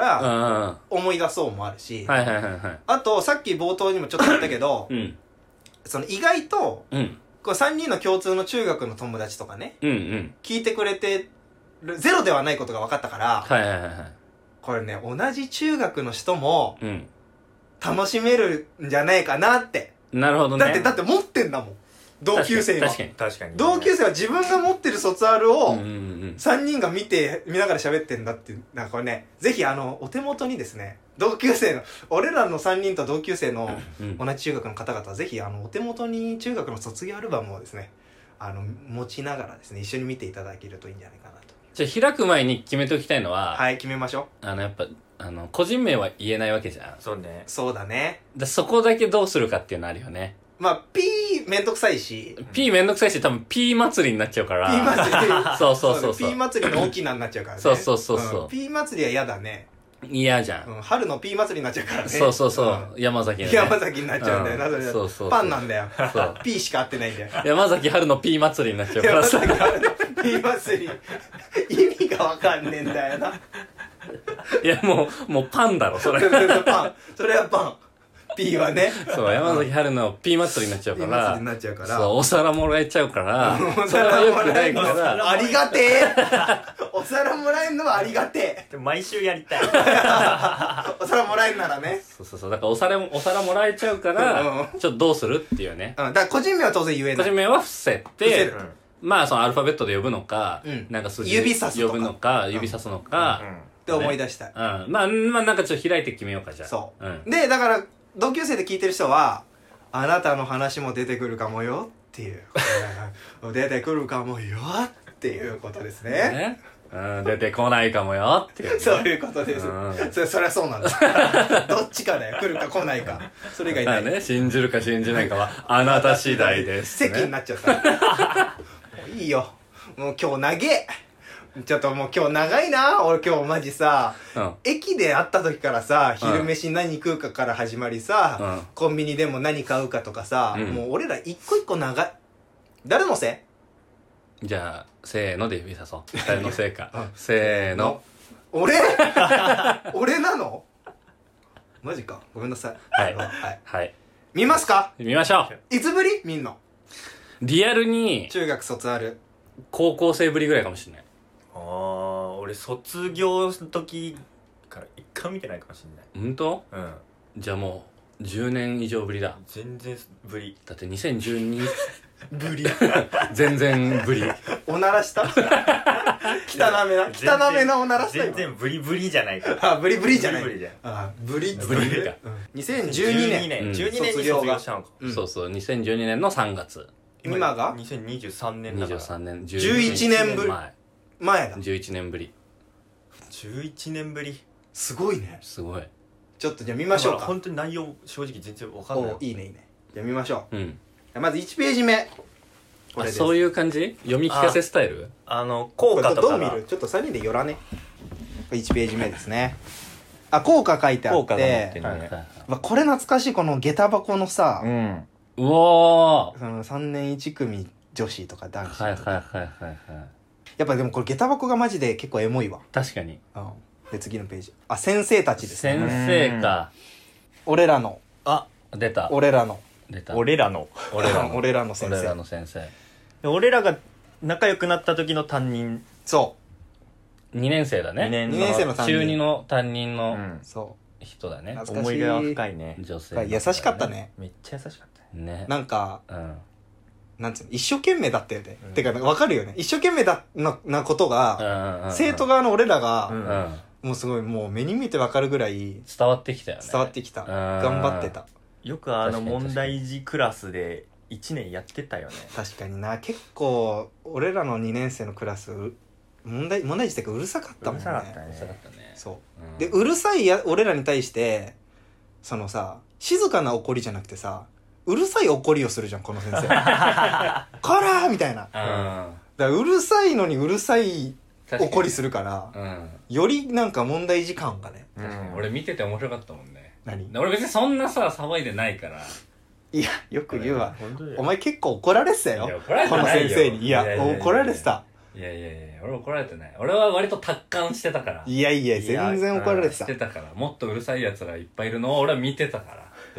思い出そうもあるし、 はいはいはいはい。 あと、さっき冒頭にもちょっと言ったけど、 うん。 その意外と、 うん。 これさんにんの共通の中学の友達とかね、 うんうん、 聞いてくれてる、ゼロではないことが分かったから、 はいはいはいはい、 これね、同じ中学の人も、楽しめるんじゃないかなって。 なるほどね。 だって、だって持ってんだもん。同級生は。 確かに。確かに。 同級生は自分が持ってる卒アルを、さんにんが見て、見ながら喋ってんだっていう。なんかこれね、ぜひあの、お手元にですね、同級生の、俺らのさんにんと同級生の同じ中学の方々はぜひあの、お手元に中学の卒業アルバムをですね、あの、持ちながらですね、一緒に見ていただけるといいんじゃないかなと。 じゃあ開く前に決めておきたいのは、 はい、決めましょう。あの、やっぱ、あの、個人名は言えないわけじゃん。 そうね。 そうだね。 だそこだけどうするかっていうのあるよね。 まあ、P めんどくさいし。 P めんどくさいし、多分 P 祭りになっちゃうから。 P 祭り。 そうそうそうそう。 P 祭りの大きなになっちゃうからね。 そうそうそうそう、 うん。P 祭りは嫌だね。 嫌じゃん、 うん。春の P 祭りになっちゃうからね。 そうそうそう。うん、山崎の、ね。山崎になっちゃうんだよな、それ。そうそう。パンなんだよ。そう。P しか合ってないんだよ。 山崎春の P 祭りになっちゃうからさ。 山崎春の P 祭り。意味がわかんねえんだよな。 いや、もう、もうパンだろ、それ。 パン。それはパン。P はね。 そう、山崎春の P 祭りになっちゃうから。P 祭りになっちゃうから。 そう、お皿もらえちゃうから。それは良くないから。 ありがてえお皿もらえるのはありがてえ毎週やりたい。 お皿もらえるならね。 そうそうそう。だからお皿も、お皿もらえちゃうから、ちょっとどうするっていうね。 うん。だから個人名は当然言えない。 個人名は伏せて、まあそのアルファベットで呼ぶのか、なんか数字指さす呼ぶのか、指さすのか。 って思い出したい。 うん。まあ、まあなんかちょっと開いて決めようか、じゃあ。 そう。で、だから、同級生で聞いてる人は、あなたの話も出てくるかもよっていう。出てくるかもよっっていうことですね。ね、 うん、出てこないかもよっていう、ね、 そういうことです。うん、それ、そりゃそうなんだ。どっちかだよ。来るか来ないか。それ以外ない。 ね、信じるか信じないかはあなた次第です、 ね。席になっちゃった。もういいよ。もう今日長え。ちょっともう今日長いな。俺今日マジさ、うん、駅で会った時からさ、昼飯何食うかから始まりさ、うん、コンビニでも何買うかとかさ、うん、もう俺ら一個一個長い。誰のせい？じゃあ、せーので指さそう。誰のせいか。うん、せーの。 俺俺なの？マジか。ごめんなさい。 はい。はい。はい。 見ますか？ 見ましょう。いつぶり？見んの。 リアルに。 中学卒ある。 高校生ぶりぐらいかもしれない。 ああ、俺卒業の時から一回見てないかもしれない。 ほんと？ うん。 じゃあもうじゅうねん以上ぶりだ。 全然ぶり。 だってにせんじゅうにぶり全然ぶり。 おならした汚めな汚めなおならした。 全然ブリブリじゃないか。 あ、ブリブリじゃない。 ブリじゃん。 あ、ブリブリか。 にせんじゅうにねん。 じゅうにねんに卒業したのか。 そうそう、にせんじゅうにねんのさんがつ。 今がにせんにじゅうさんねんだから。にじゅうさんねん。 じゅういちねんぶり。前だ。 じゅういちねんぶり。 じゅういちねんぶり。 すごいね。 すごい。 ちょっとじゃあ見ましょうか。 本当に内容正直全然わかんない。 お、いいねいいね。じゃあ見ましょう。うん。 まずいちページ目。 これそういう感じ？読み聞かせスタイル？ あの、効果とかどう見る？ちょっとさんにんで寄らね。いちページ目ですね。あ、効果書いてあって。 ね、 はい、これ懐かしい、この下駄箱のさ、 うん、うわー、 そのさんねんいち組女子とか男子とか。 はいはいはいはいはい。 やっぱでもこれ下駄箱がマジで結構エモいわ。 確かに。 うん。で、次のページ。あ、先生たちですね。 先生か。 俺らの。 あ、出た。 俺らの。 出た。 俺らの。 俺らの。 俺らの先生。 俺らの先生。 俺らが仲良くなった時の担任。 そうにねん生だね。 にねん生の担任。 中にの担任の人だね。 思い出は深いね。 女性、 ね、優しかったね。 めっちゃ優しかったね。 なんか、 うん、 なんつうの、一生懸命だったよね。うん、てかわかるよね。一生懸命だななことが、生徒側の俺らが、うん、もうすごいもう目に見てわかるぐらい伝わってきたよね。 伝わってきた。頑張ってた。 よくあの問題児クラスでいちねんやってたよね。 確かにな。結構俺らのにねん生のクラス問題問題児ってかうるさかったもんね。うるさかったね。うるさかったね。そう、うん、でうるさいや俺らに対してそのさ静かな怒りじゃなくてさうるさい怒りをするじゃんこの先生。こらーみたいな。うん、だからうるさいのにうるさい怒りするから、うん、よりなんか問題時間がね、 うん、俺見てて面白かったもんね。 何？ 俺別にそんなさ騒いでないから。 いやよく言うわ。お前結構怒られてたよこの先生に。いや怒られてた。 いやいやいや俺怒られてない。俺は割と達観してたから。 いやいや全然怒られてた。 してたからもっとうるさいやつらいっぱいいるのを俺は見てたから。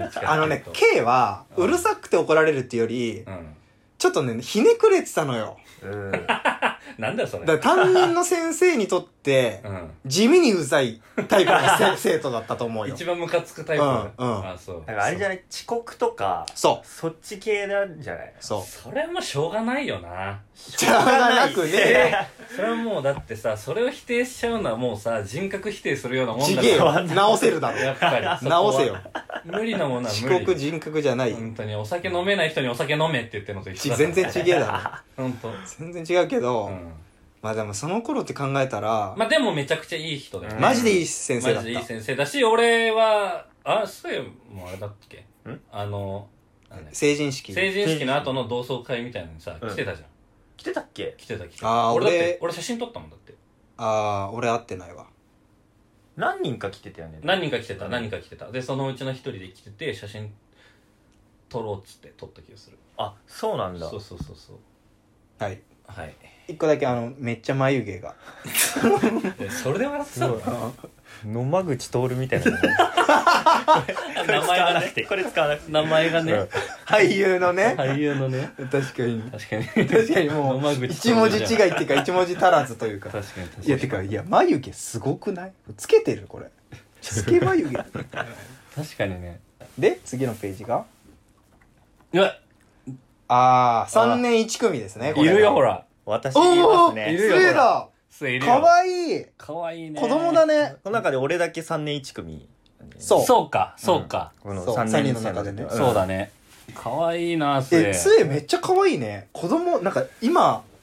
あのね K はうるさくて怒られるっていうより、うん、ちょっとねひねくれてたのよ。うんなんだよそれ。 だから担任の先生にとって、うん、地味にうざいタイプの生徒だったと思うよ。 一番ムカつくタイプ。うん、うん、あ、そう。 だからあれじゃない遅刻とか、 そう。 そっち系なんじゃない？ そう。 それはもうしょうがないよな。 しょうがなくね。 それはもうだってさ、それを否定しちゃうのはもうさ、人格否定するようなもんだから。 ちげえよ。直せるだろ。 やっぱり。 直せよ。 無理なものは無理。 遅刻人格じゃない。 本当にお酒飲めない人にお酒飲めって言ってるのと一緒だ。 全然ちげえだろ。本当。 全然違うけど、うん、まあでもその頃って考えたらまあでもめちゃくちゃいい人だよね。 マジでいい先生だった。 マジでいい先生だし、俺はあそういえばもうあれだっけんあの成人式成人式の後の同窓会みたいなのにさ、うん、来てたじゃん。 来てたっけ？ 来てた来てた。 あ俺だって俺写真撮ったもんだって。 ああ俺会ってないわ。 何人か来てたよね。 何人か来てた、何人か来てた。でそのうちの一人で来てて写真撮ろうっつって撮った気がする。 あ、そうなんだ。 そうそうそうそう。 はいはい。 一個だけあのめっちゃ眉毛がそれで笑ってたの？ 野間口徹みたいな名前がねこれ使わなくて名前がね俳優のね俳優のね確かに確かに確かにもう一文字違いっていうか一文字足らずというか確かに確かにいやてかいや眉毛すごくない？つけてるこれつけ眉毛確かにね。 で次のページがうわあーさんねんいち組ですね。 いるよほら私いますね。 いるよほら。かわいい。 かわいいね。 子供だね。 この中で俺だけさんねんいち組。 そう。 そうか、そうか。 このさんにんの中でね。 そうだね。かわいいな、 つえ。つえめっちゃかわいいね。子供、なんか今、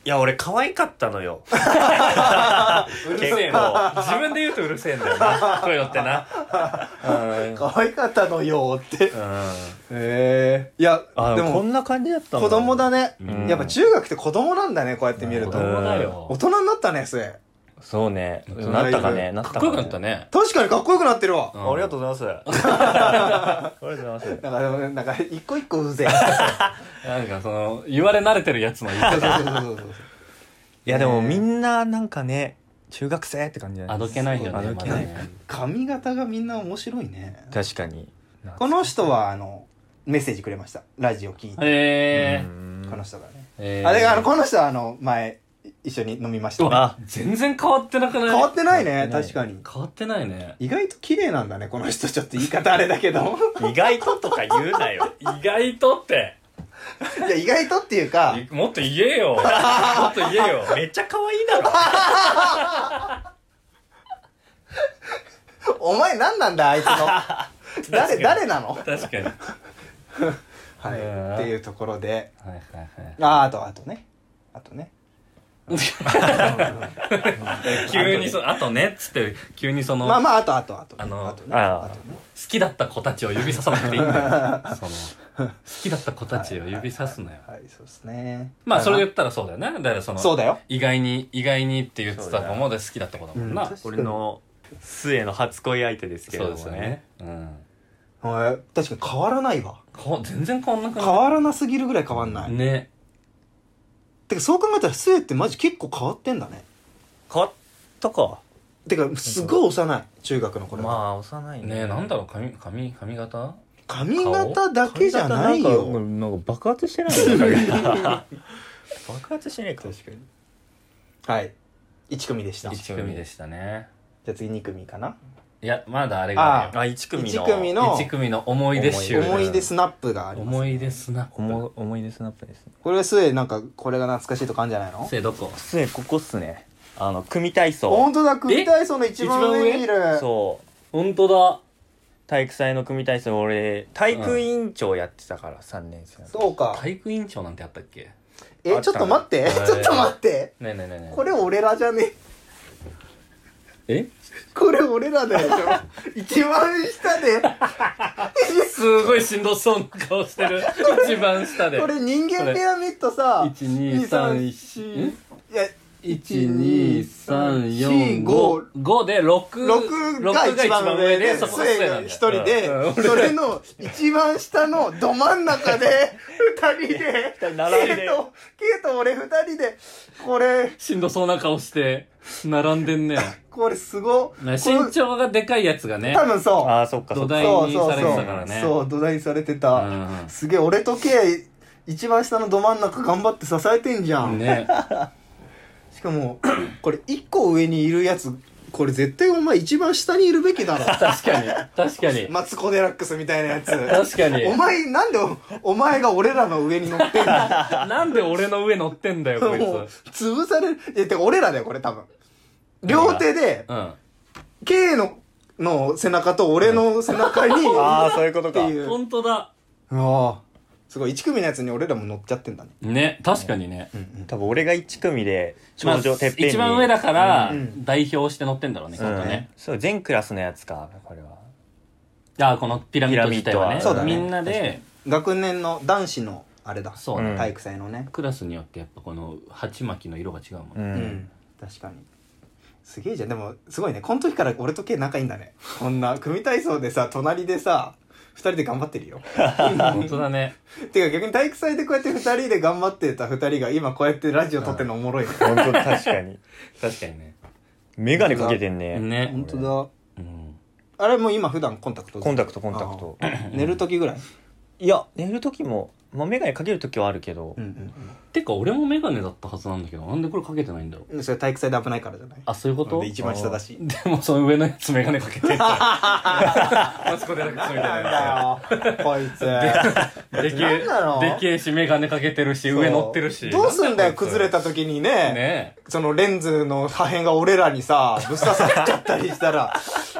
いや俺可愛かったのようるせえな自分で言うとうるせえんだよなこういうのってな可愛かったのよってへえー、いやでもこんな感じだったの子供だね、うん、やっぱ中学って子供なんだねこうやって見ると、 子供だよ大人になったねそれそうねなったかねなったかっこよくなったね確かにかっこよくなってるわ、 うん、ありがとうございますありがとうございますなんかなんか一個一個うぜえなんかその言われ慣れてるやつの言い方いやでもみんななんかね中学生って感じじゃないあどけないよね、 あどけない、ね、髪型がみんな面白いね確かにこの人はあのメッセージくれましたラジオ聞いてへえこの人がねあれあのこの人はあの前一緒に飲みました、ね、 あ全然変わってなくない変わってないね確かに変わってないね意外と綺麗なんだねこの人ちょっと言い方あれだけど意外ととか言うなよ意外とっていや意外とっていうかもっと言えよもっと言えよめっちゃ可愛いだろお前何なんだあいつの誰誰なの確かにはいっていうところで、 はいはいはい、 ああとあとねあとね急にそあとねっつって急にそのまあまああとあとあとあのあとねあとね好きだった子たちを指ささなくていいんだよその好きだった子たちを指さすなよはい、はい、そうですねまあそれ言ったらそうだよねだからそのそうだよ意外に意外にって言ってた子も好きだった子だもんな、 うん、俺の末の初恋相手ですけどもねそうですよねうんはい確かに変わらないわ全然変わんなくない変わらなすぎるぐらい変わんないねてかそう考えたらスエってマジ結構変わってんだね変わったかてかすごい幼い中学の頃まあ幼いねねえなんだろう髪髪髪型髪型だけじゃないよなんかなんか爆発してないの爆発してないか確かにはいいち組でしたいち組でしたねじゃあ次に組かないやまだあれがあいち組のいち組のいち組の思い出集思い出スナップがあります、ね、 思い出スナップ思思い出スナップですねこれはスエなんかこれが懐かしいとかあるんじゃないのスエどこスエここっすねあの組体操本当だ組体操の一番上にいるそう本当だ体育祭の組体操俺体育委員長やってたから、うん、さんねん生そうか体育委員長なんてあったっけえちょっと待ってちょっと待ってねえねえねえねえこれ俺らじゃねえこれ俺らだよ一番下ですごいしんどそうな顔してる一番下でこれ人間ピラミッドさいちにさんよんいやいちにさんよんご ごでろくろくが一番上でそこが末なんだ一人で、うん、それの一番下のど真ん中で二人で並んでケイとケイと俺二人でこれしんどそうな顔して並んでんねこれすご身長がでかいやつがね多分そうああそっか土台にされてたからねそうそうそう土台にされてた、うん、すげえ俺とケイ一番下のど真ん中頑張って支えてんじゃんねしかもこれ一個上にいるやつこれ絶対お前一番下にいるべきだろ確かに確かにマツコ・デラックスみたいなやつ確かにお前なんで お, お前が俺らの上に乗ってんのなんで俺の上乗ってんだよこいつ潰されるいやてか俺らだよこれ多分両手で、うん、K のの背中と俺の背中に、 うん、ああそういうことか本当だああすごいいち組のやつに俺らも乗っちゃってんだねね確かにね、 うんうん、多分俺がいち組で頂上、まあ、てっぺんに一番上だから、うん、代表して乗ってんだろうね、うん、今度ねそう全クラスのやつかこれはあこのピラミッド自体はねそうだねみんなで学年の男子のあれだそうね体育祭のねクラスによってやっぱこの鉢巻きの色が違うもんね、うんうん、確かにすげえじゃんでもすごいねこの時から俺とK仲いいんだねこんな組体操でさ隣でさ二人で頑張ってるよ本当だねてか逆に体育祭でこうやって二人で頑張ってた二人が今こうやってラジオ撮ってんのおもろいね本当確かに確かにねメガネかけてんねね本当だ、うん、あれも今普段コンタクトコンタクトコンタクト寝る時ぐらいいや寝る時もまあ、メガネかける時はあるけど、 うんうんうん、 てか俺もメガネだったはずなんだけどなんでこれかけてないんだろう。それ体育祭で危ないからじゃない。 あそういうこと。 で一番下だし。 でもその上のやつメガネかけてるマツコデラックスみたいなだよこいつででけえでけえしメガネかけてるし上乗ってるしどうすんだよ崩れた時にねねそのレンズの破片が俺らにさぶっ刺さっちゃったりしたら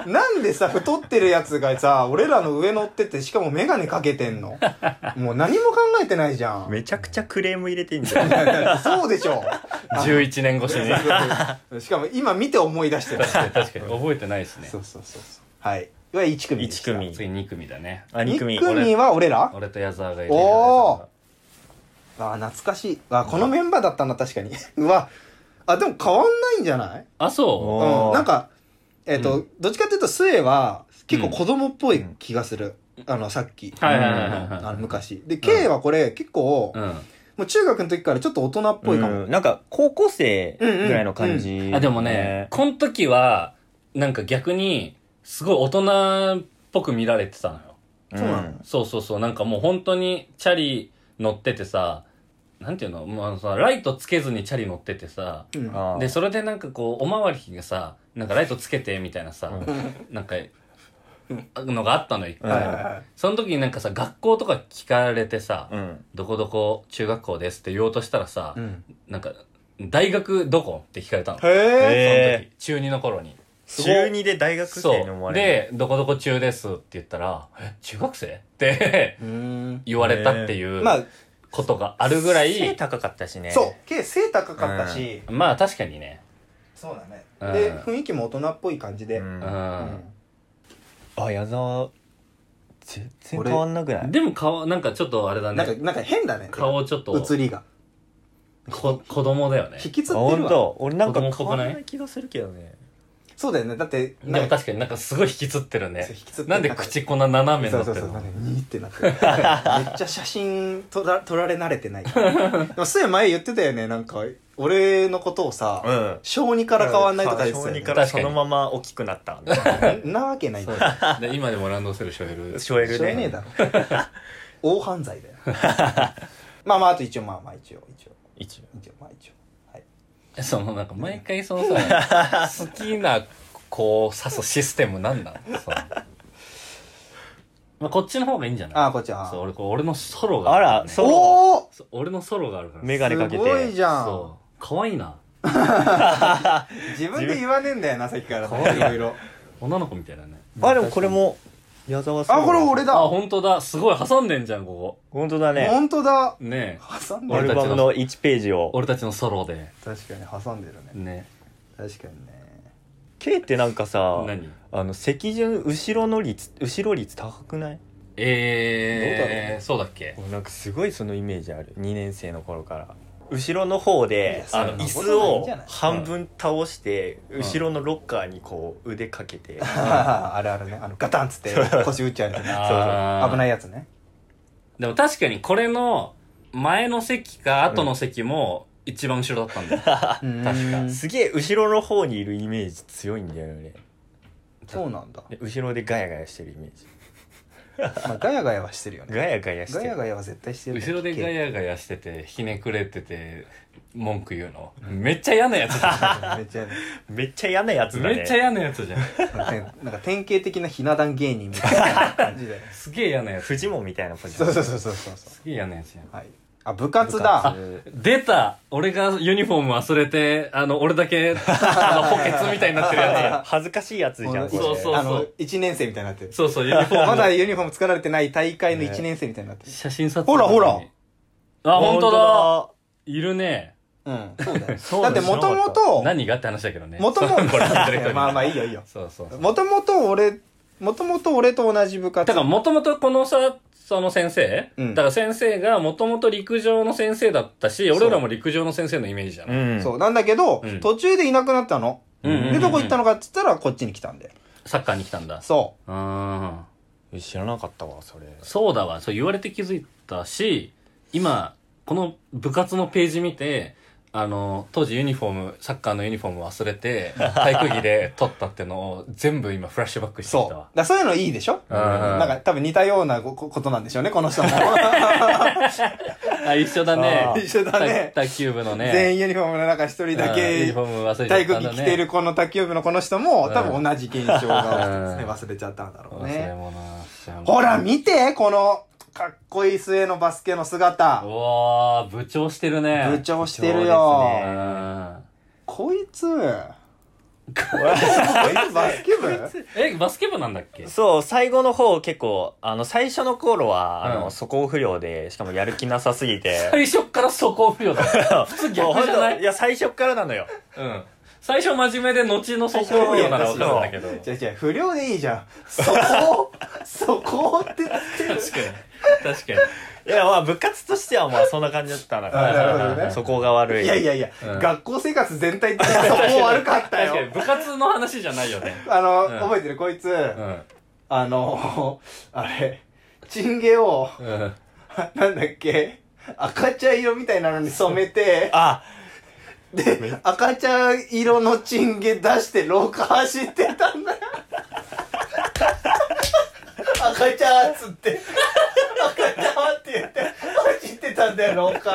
なんでさ、太ってるやつがさ、俺らの上乗ってて、しかもメガネかけてんのもう何も考えてないじゃん。 めちゃくちゃクレーム入れてんじゃん。 そうでしょ。 じゅういちねん越しに。 しかも今見て思い出してる。 確かに、確かに。覚えてないですね。 そうそうそうそう。はい。はいち組でした。 いち組。 次に組だね。 あ、に組。に組は俺ら俺と矢沢がいる。 おー。あ、懐かしい。あ、このメンバーだったな、確かに。うわ。あ、でも変わんないんじゃない？ あ、そう。うん。なんか、えっと、うん、どっちかっていうと、スエは結構子供っぽい気がする。うん、あの、さっき。 はいはいはいはい。 あの、昔。で、K はこれ結構、うん、もう中学の時からちょっと大人っぽいかも。 うん、なんか、高校生ぐらいの感じ、 うんうん。あ、でもね、この時は、なんか逆に、すごい大人っぽく見られてたのよ。 そうなの？ そうそうそう。なんかもう本当にチャリ乗っててさ、なんていうの、もうさ、ライトつけずにチャリ乗っててさ、うん、で、それでなんかこう、おまわりがさ、なんかライトつけてみたいなさ、うん、なんか、のがあったの一回、うん、その時になんかさ、学校とか聞かれてさ、うん、どこどこ中学校ですって言おうとしたらさ、うん、なんか、大学どこって聞かれたの。 へー。その時、中にの頃に。 中にで大学生に思われる。で、どこどこ中ですって言ったら、え、中学生って言われたっていう。まあ、ことがあるぐらい背高かったしね。 そう、K背高かったし、 うん、まあ確かにね。 そうだね、うん、で雰囲気も大人っぽい感じで、うんうん、 あ、矢沢全然変わんなくない？ でも顔なんかちょっとあれだね、 なんかなんか変だね、 顔ちょっと写りがこ子供だよね。 引きつってるわ。 本当俺なんか変わんない気がするけどね。 そうだよね。だって、 でも確かになんかすごい引きつってるね。引きつってる。なんで口こんな斜めになってるの？ そうそうそう。なんかニーってなってる。めっちゃ写真撮ら撮られ慣れてない。でもすで前言ってたよね。なんか、俺のことをさ、うん、小にから変わんないとか言ってたよね。 小にからそのまま大ききくなった。 なわけないんだよ。 で今でもランドセル背負える。 背負えるね。 背負えねえだろ。大犯罪だよ。まあまあ、あと一応、まあまあ一応、一応。 一応。 一応、まあ一応。はい。 そのなんか毎回そのさ、好きなこう指すシステムなんなん？まあ、こっちの方がいいんじゃない？ ああ、こっちは。 そう、俺、俺のソロがあるからね。あら、ソロ。 おー俺のソロがあるから。 メガネかけて。 すごいじゃん。 そう。かわいいな。 自分で言わねえんだよな、さっきから。かわいい。いろいろ。 女の子みたいだね。 あ、でもこれも、矢沢さん。 あ、これ俺だ。 あ、ほんとだ。すごい挟んでんじゃん、ここ。 ほんとだね。 ほんとだ。 ねえ。 挟んでる。 アルバムのいちページを。 俺たちのソロで。 確かに挟んでるね。 ね。 確かにね。 K ってなんかさ、 何？ あの、席順、後ろの率、後ろ率高くない？ えー、 どうだろう？ そうだっけ？ なんかすごいそのイメージある。にねん生の頃から。後ろの方で、あの、椅子を半分倒して、後ろのロッカーにこう、腕かけて。 あるあるね。あの、ガタンつって腰打っちゃうやつね。そうそう。危ないやつね。 でも確かにこれの前の席か後の席も一番後ろだったんだよ。確か。 すげえ後ろの方にいるイメージ強いんだよね。 そうなんだ。 後ろでガヤガヤしてるイメージ。 まあ、ガヤガヤはしてるよね。 ガヤガヤしてる。 ガヤガヤは絶対してる。 後ろでガヤガヤしてて、ひねくれてて、文句言うの。めっちゃ嫌なやつじゃん。 めっちゃ嫌な。 めっちゃ嫌なやつだね。 めっちゃ嫌なやつじゃん。 なんか典型的なひな壇芸人みたいな感じで。 すげえ嫌なやつ。 フジモンみたいなポジション。 そうそうそうそう。 すげえ嫌なやつじゃん。 はい。あ、部活だ。 あ、出た。俺がユニフォーム忘れて、あの、俺だけ、あの、補欠みたいになってるやつ。恥ずかしいやつじゃん。 そうそうそう。 あの、いちねん生みたいになってる。 そうそう、ユニフォーム。 まだユニフォーム作られてない大会のいちねん生みたいになってる。 写真撮影。ほらほら。 あ、ほんとだ。いるね。 うん、そうだよ。だってもともと、 何がって話だけどね。 もともと、まあまあいいよいいよ。 そうそう。 もともと俺、もともと俺と同じ部活。 だからもともとこのさ、その先生、うん、だから先生がもともと陸上の先生だったし、俺らも陸上の先生のイメージじゃない、 うん、そう。なんだけど、うん、途中でいなくなったの。うん、で、どこ行ったのかって言ったら、こっちに来たんで。 サッカーに来たんだ。 そう。 ああ。知らなかったわ、それ。 そうだわ。そう言われて気づいたし、今、この部活のページ見て、あの、当時ユニフォーム、サッカーのユニフォーム忘れて、体育着で撮ったってのを全部今フラッシュバックしてきたわ。 そう。だそういうのいいでしょ？なんか多分似たようなことなんでしょうね、この人も。 あ、一緒だね。 一緒だね。 卓球部のね。 全員ユニフォームの中一人だけ、ユニフォーム忘れちゃった、ね。体育着着てるこの卓球部のこの人も、多分同じ現象が忘れちゃったんだろうね。 忘れ物ほら、見てこの、かっこいい末のバスケの姿。 うわー、部長してるね。 部長してるよ。ね、こいつ、 バスケ部えバスケ部なんだっけ。 そう最後の方結構あの最初の頃は、うん、あの素行不良でしかもやる気なさすぎて最初から素行不良だ普通逆じゃない。 いや最初からなのよ。 うん最初真面目で後の素行不良なら分かるんだけど。 違う違う不良でいいじゃん。そこそこって確かに確かに。 いやまあ部活としてはまあそんな感じだったから。なるほどね。そこが悪い。 いやいやいや、うん、学校生活全体的にそこ悪かったよ。 部活の話じゃないよね。 あの、うん、覚えてるこいつ、うん、あのあれチンゲを、うん、なんだっけ赤茶色みたいなのに染めて。 あで、赤茶色のチンゲ出して廊下走ってたんだよ。赤茶っつって、赤茶って言って走ってたんだよ、廊下。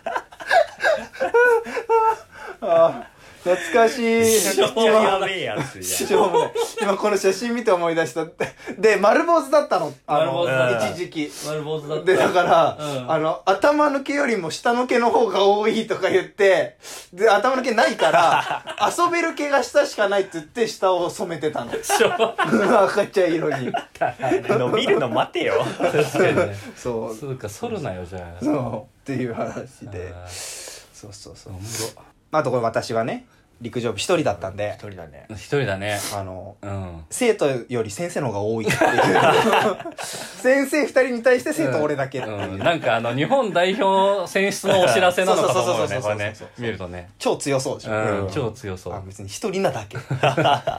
ああ懐かしい。 しょうやべえやつしょうもない。今この写真見て思い出したって。で、丸坊主だったの。あの、一時期。 丸坊主だった。 で、だから、うん、あの、頭の毛よりも下の毛の方が多いとか言って、で、頭の毛ないから、遊べる毛が下しかないって言って、下を染めてたの。赤茶色に。 伸びるの待てよ。 確かにね。 そう。 そうか、剃るなよ、じゃあ。 そう。っていう話で。そうそうそう。あとこれ私はね、陸上部一人だったんで。 一人だね。 一人だね。 あの、うん、生徒より先生の方が多いっていう。先生二人に対して生徒俺だけっていう、 うんうん。なんかあの、日本代表選出のお知らせなのかと思うね、これね。見るとね。 超強そうでしょ。 うん、超強そう。 あ、別に一人なだけ。はい。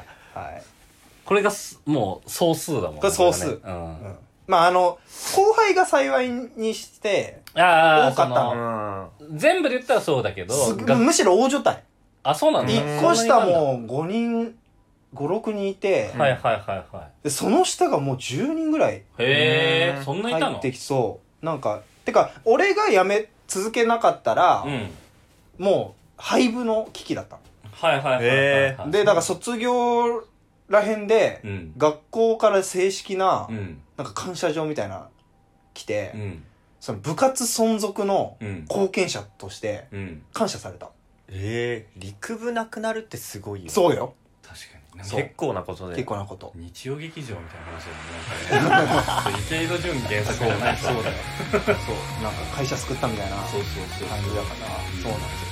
これがもう総数だもんね。 これ総数。うん。うんまああの、後輩が幸いにして、多かったの。 全部で言ったらそうだけど。 むしろ大所帯。 あ、そうなの？ 一個下もごにん、ご、ろくにんいて、 はいはいはいはい。 で、その下がもうじゅうにんぐらい。 へー、そんないたの？ 入ってきそう。なんか、てか、俺が辞め続けなかったら、うん、もう、廃部の危機だったの。 はいはいはい、はい。 で、だから卒業らへんで、うん、学校から正式な、うん、なんか感謝状みたいな来て、うん、その部活存続の貢献者として感謝された。うん、 ええー、陸部なくなるってすごいよ。 そうよ。 確かに。 結構なことで。 結構なこと。 日曜劇場みたいな話だよね。なんかね。池井戸潤原作じゃない。 そうだよ。そう。なんか会社救ったみたいな感じだから。そうなんですよ。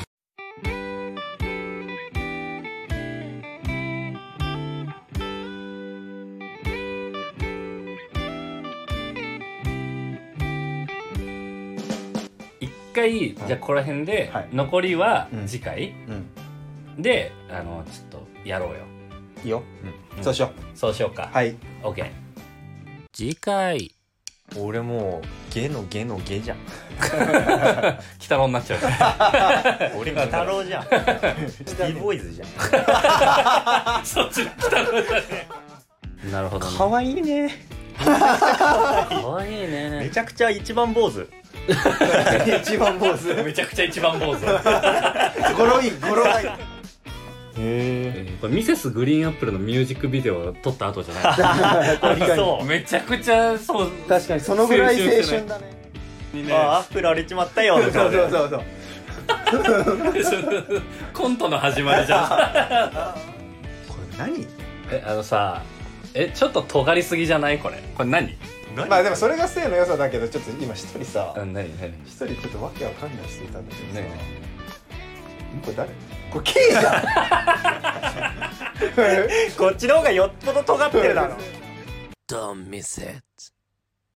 一回、じゃあここら辺で、はい、残りは次回、うんうん、であのちょっとやろうよ。 いいよ、うん、そうしようそうしようか。 はい OK。 次回俺もうゲのゲのゲじゃん。 鬼太郎になっちゃう。俺鬼太郎じゃん。シティボーイズじゃん。 そっちの鬼太郎だね。なるほどね。 かわいいね。 かわいいね。 めちゃくちゃ一番坊主。 一番坊主。 めちゃくちゃ一番坊主。 ゴロいゴロい。へえ。これミセスグリーンアップルのミュージックビデオを撮った後じゃない。 確かに。めちゃくちゃそう。 確かにそのぐらい青春だね。 あ、アップル荒れちまったよ。 そうそうそうそう。 コントの始まりじゃん。これ何？ え、あのさ、え、ちょっと尖りすぎじゃないこれ？これ何？ まあでもそれが性の良さだけど、ちょっと今一人さ、 何何一人ちょっとわけわかんない人いたんだけどさ、これ誰？これ K じゃん。 こっちの方がよっぽど尖ってるだろ。 Don't miss it.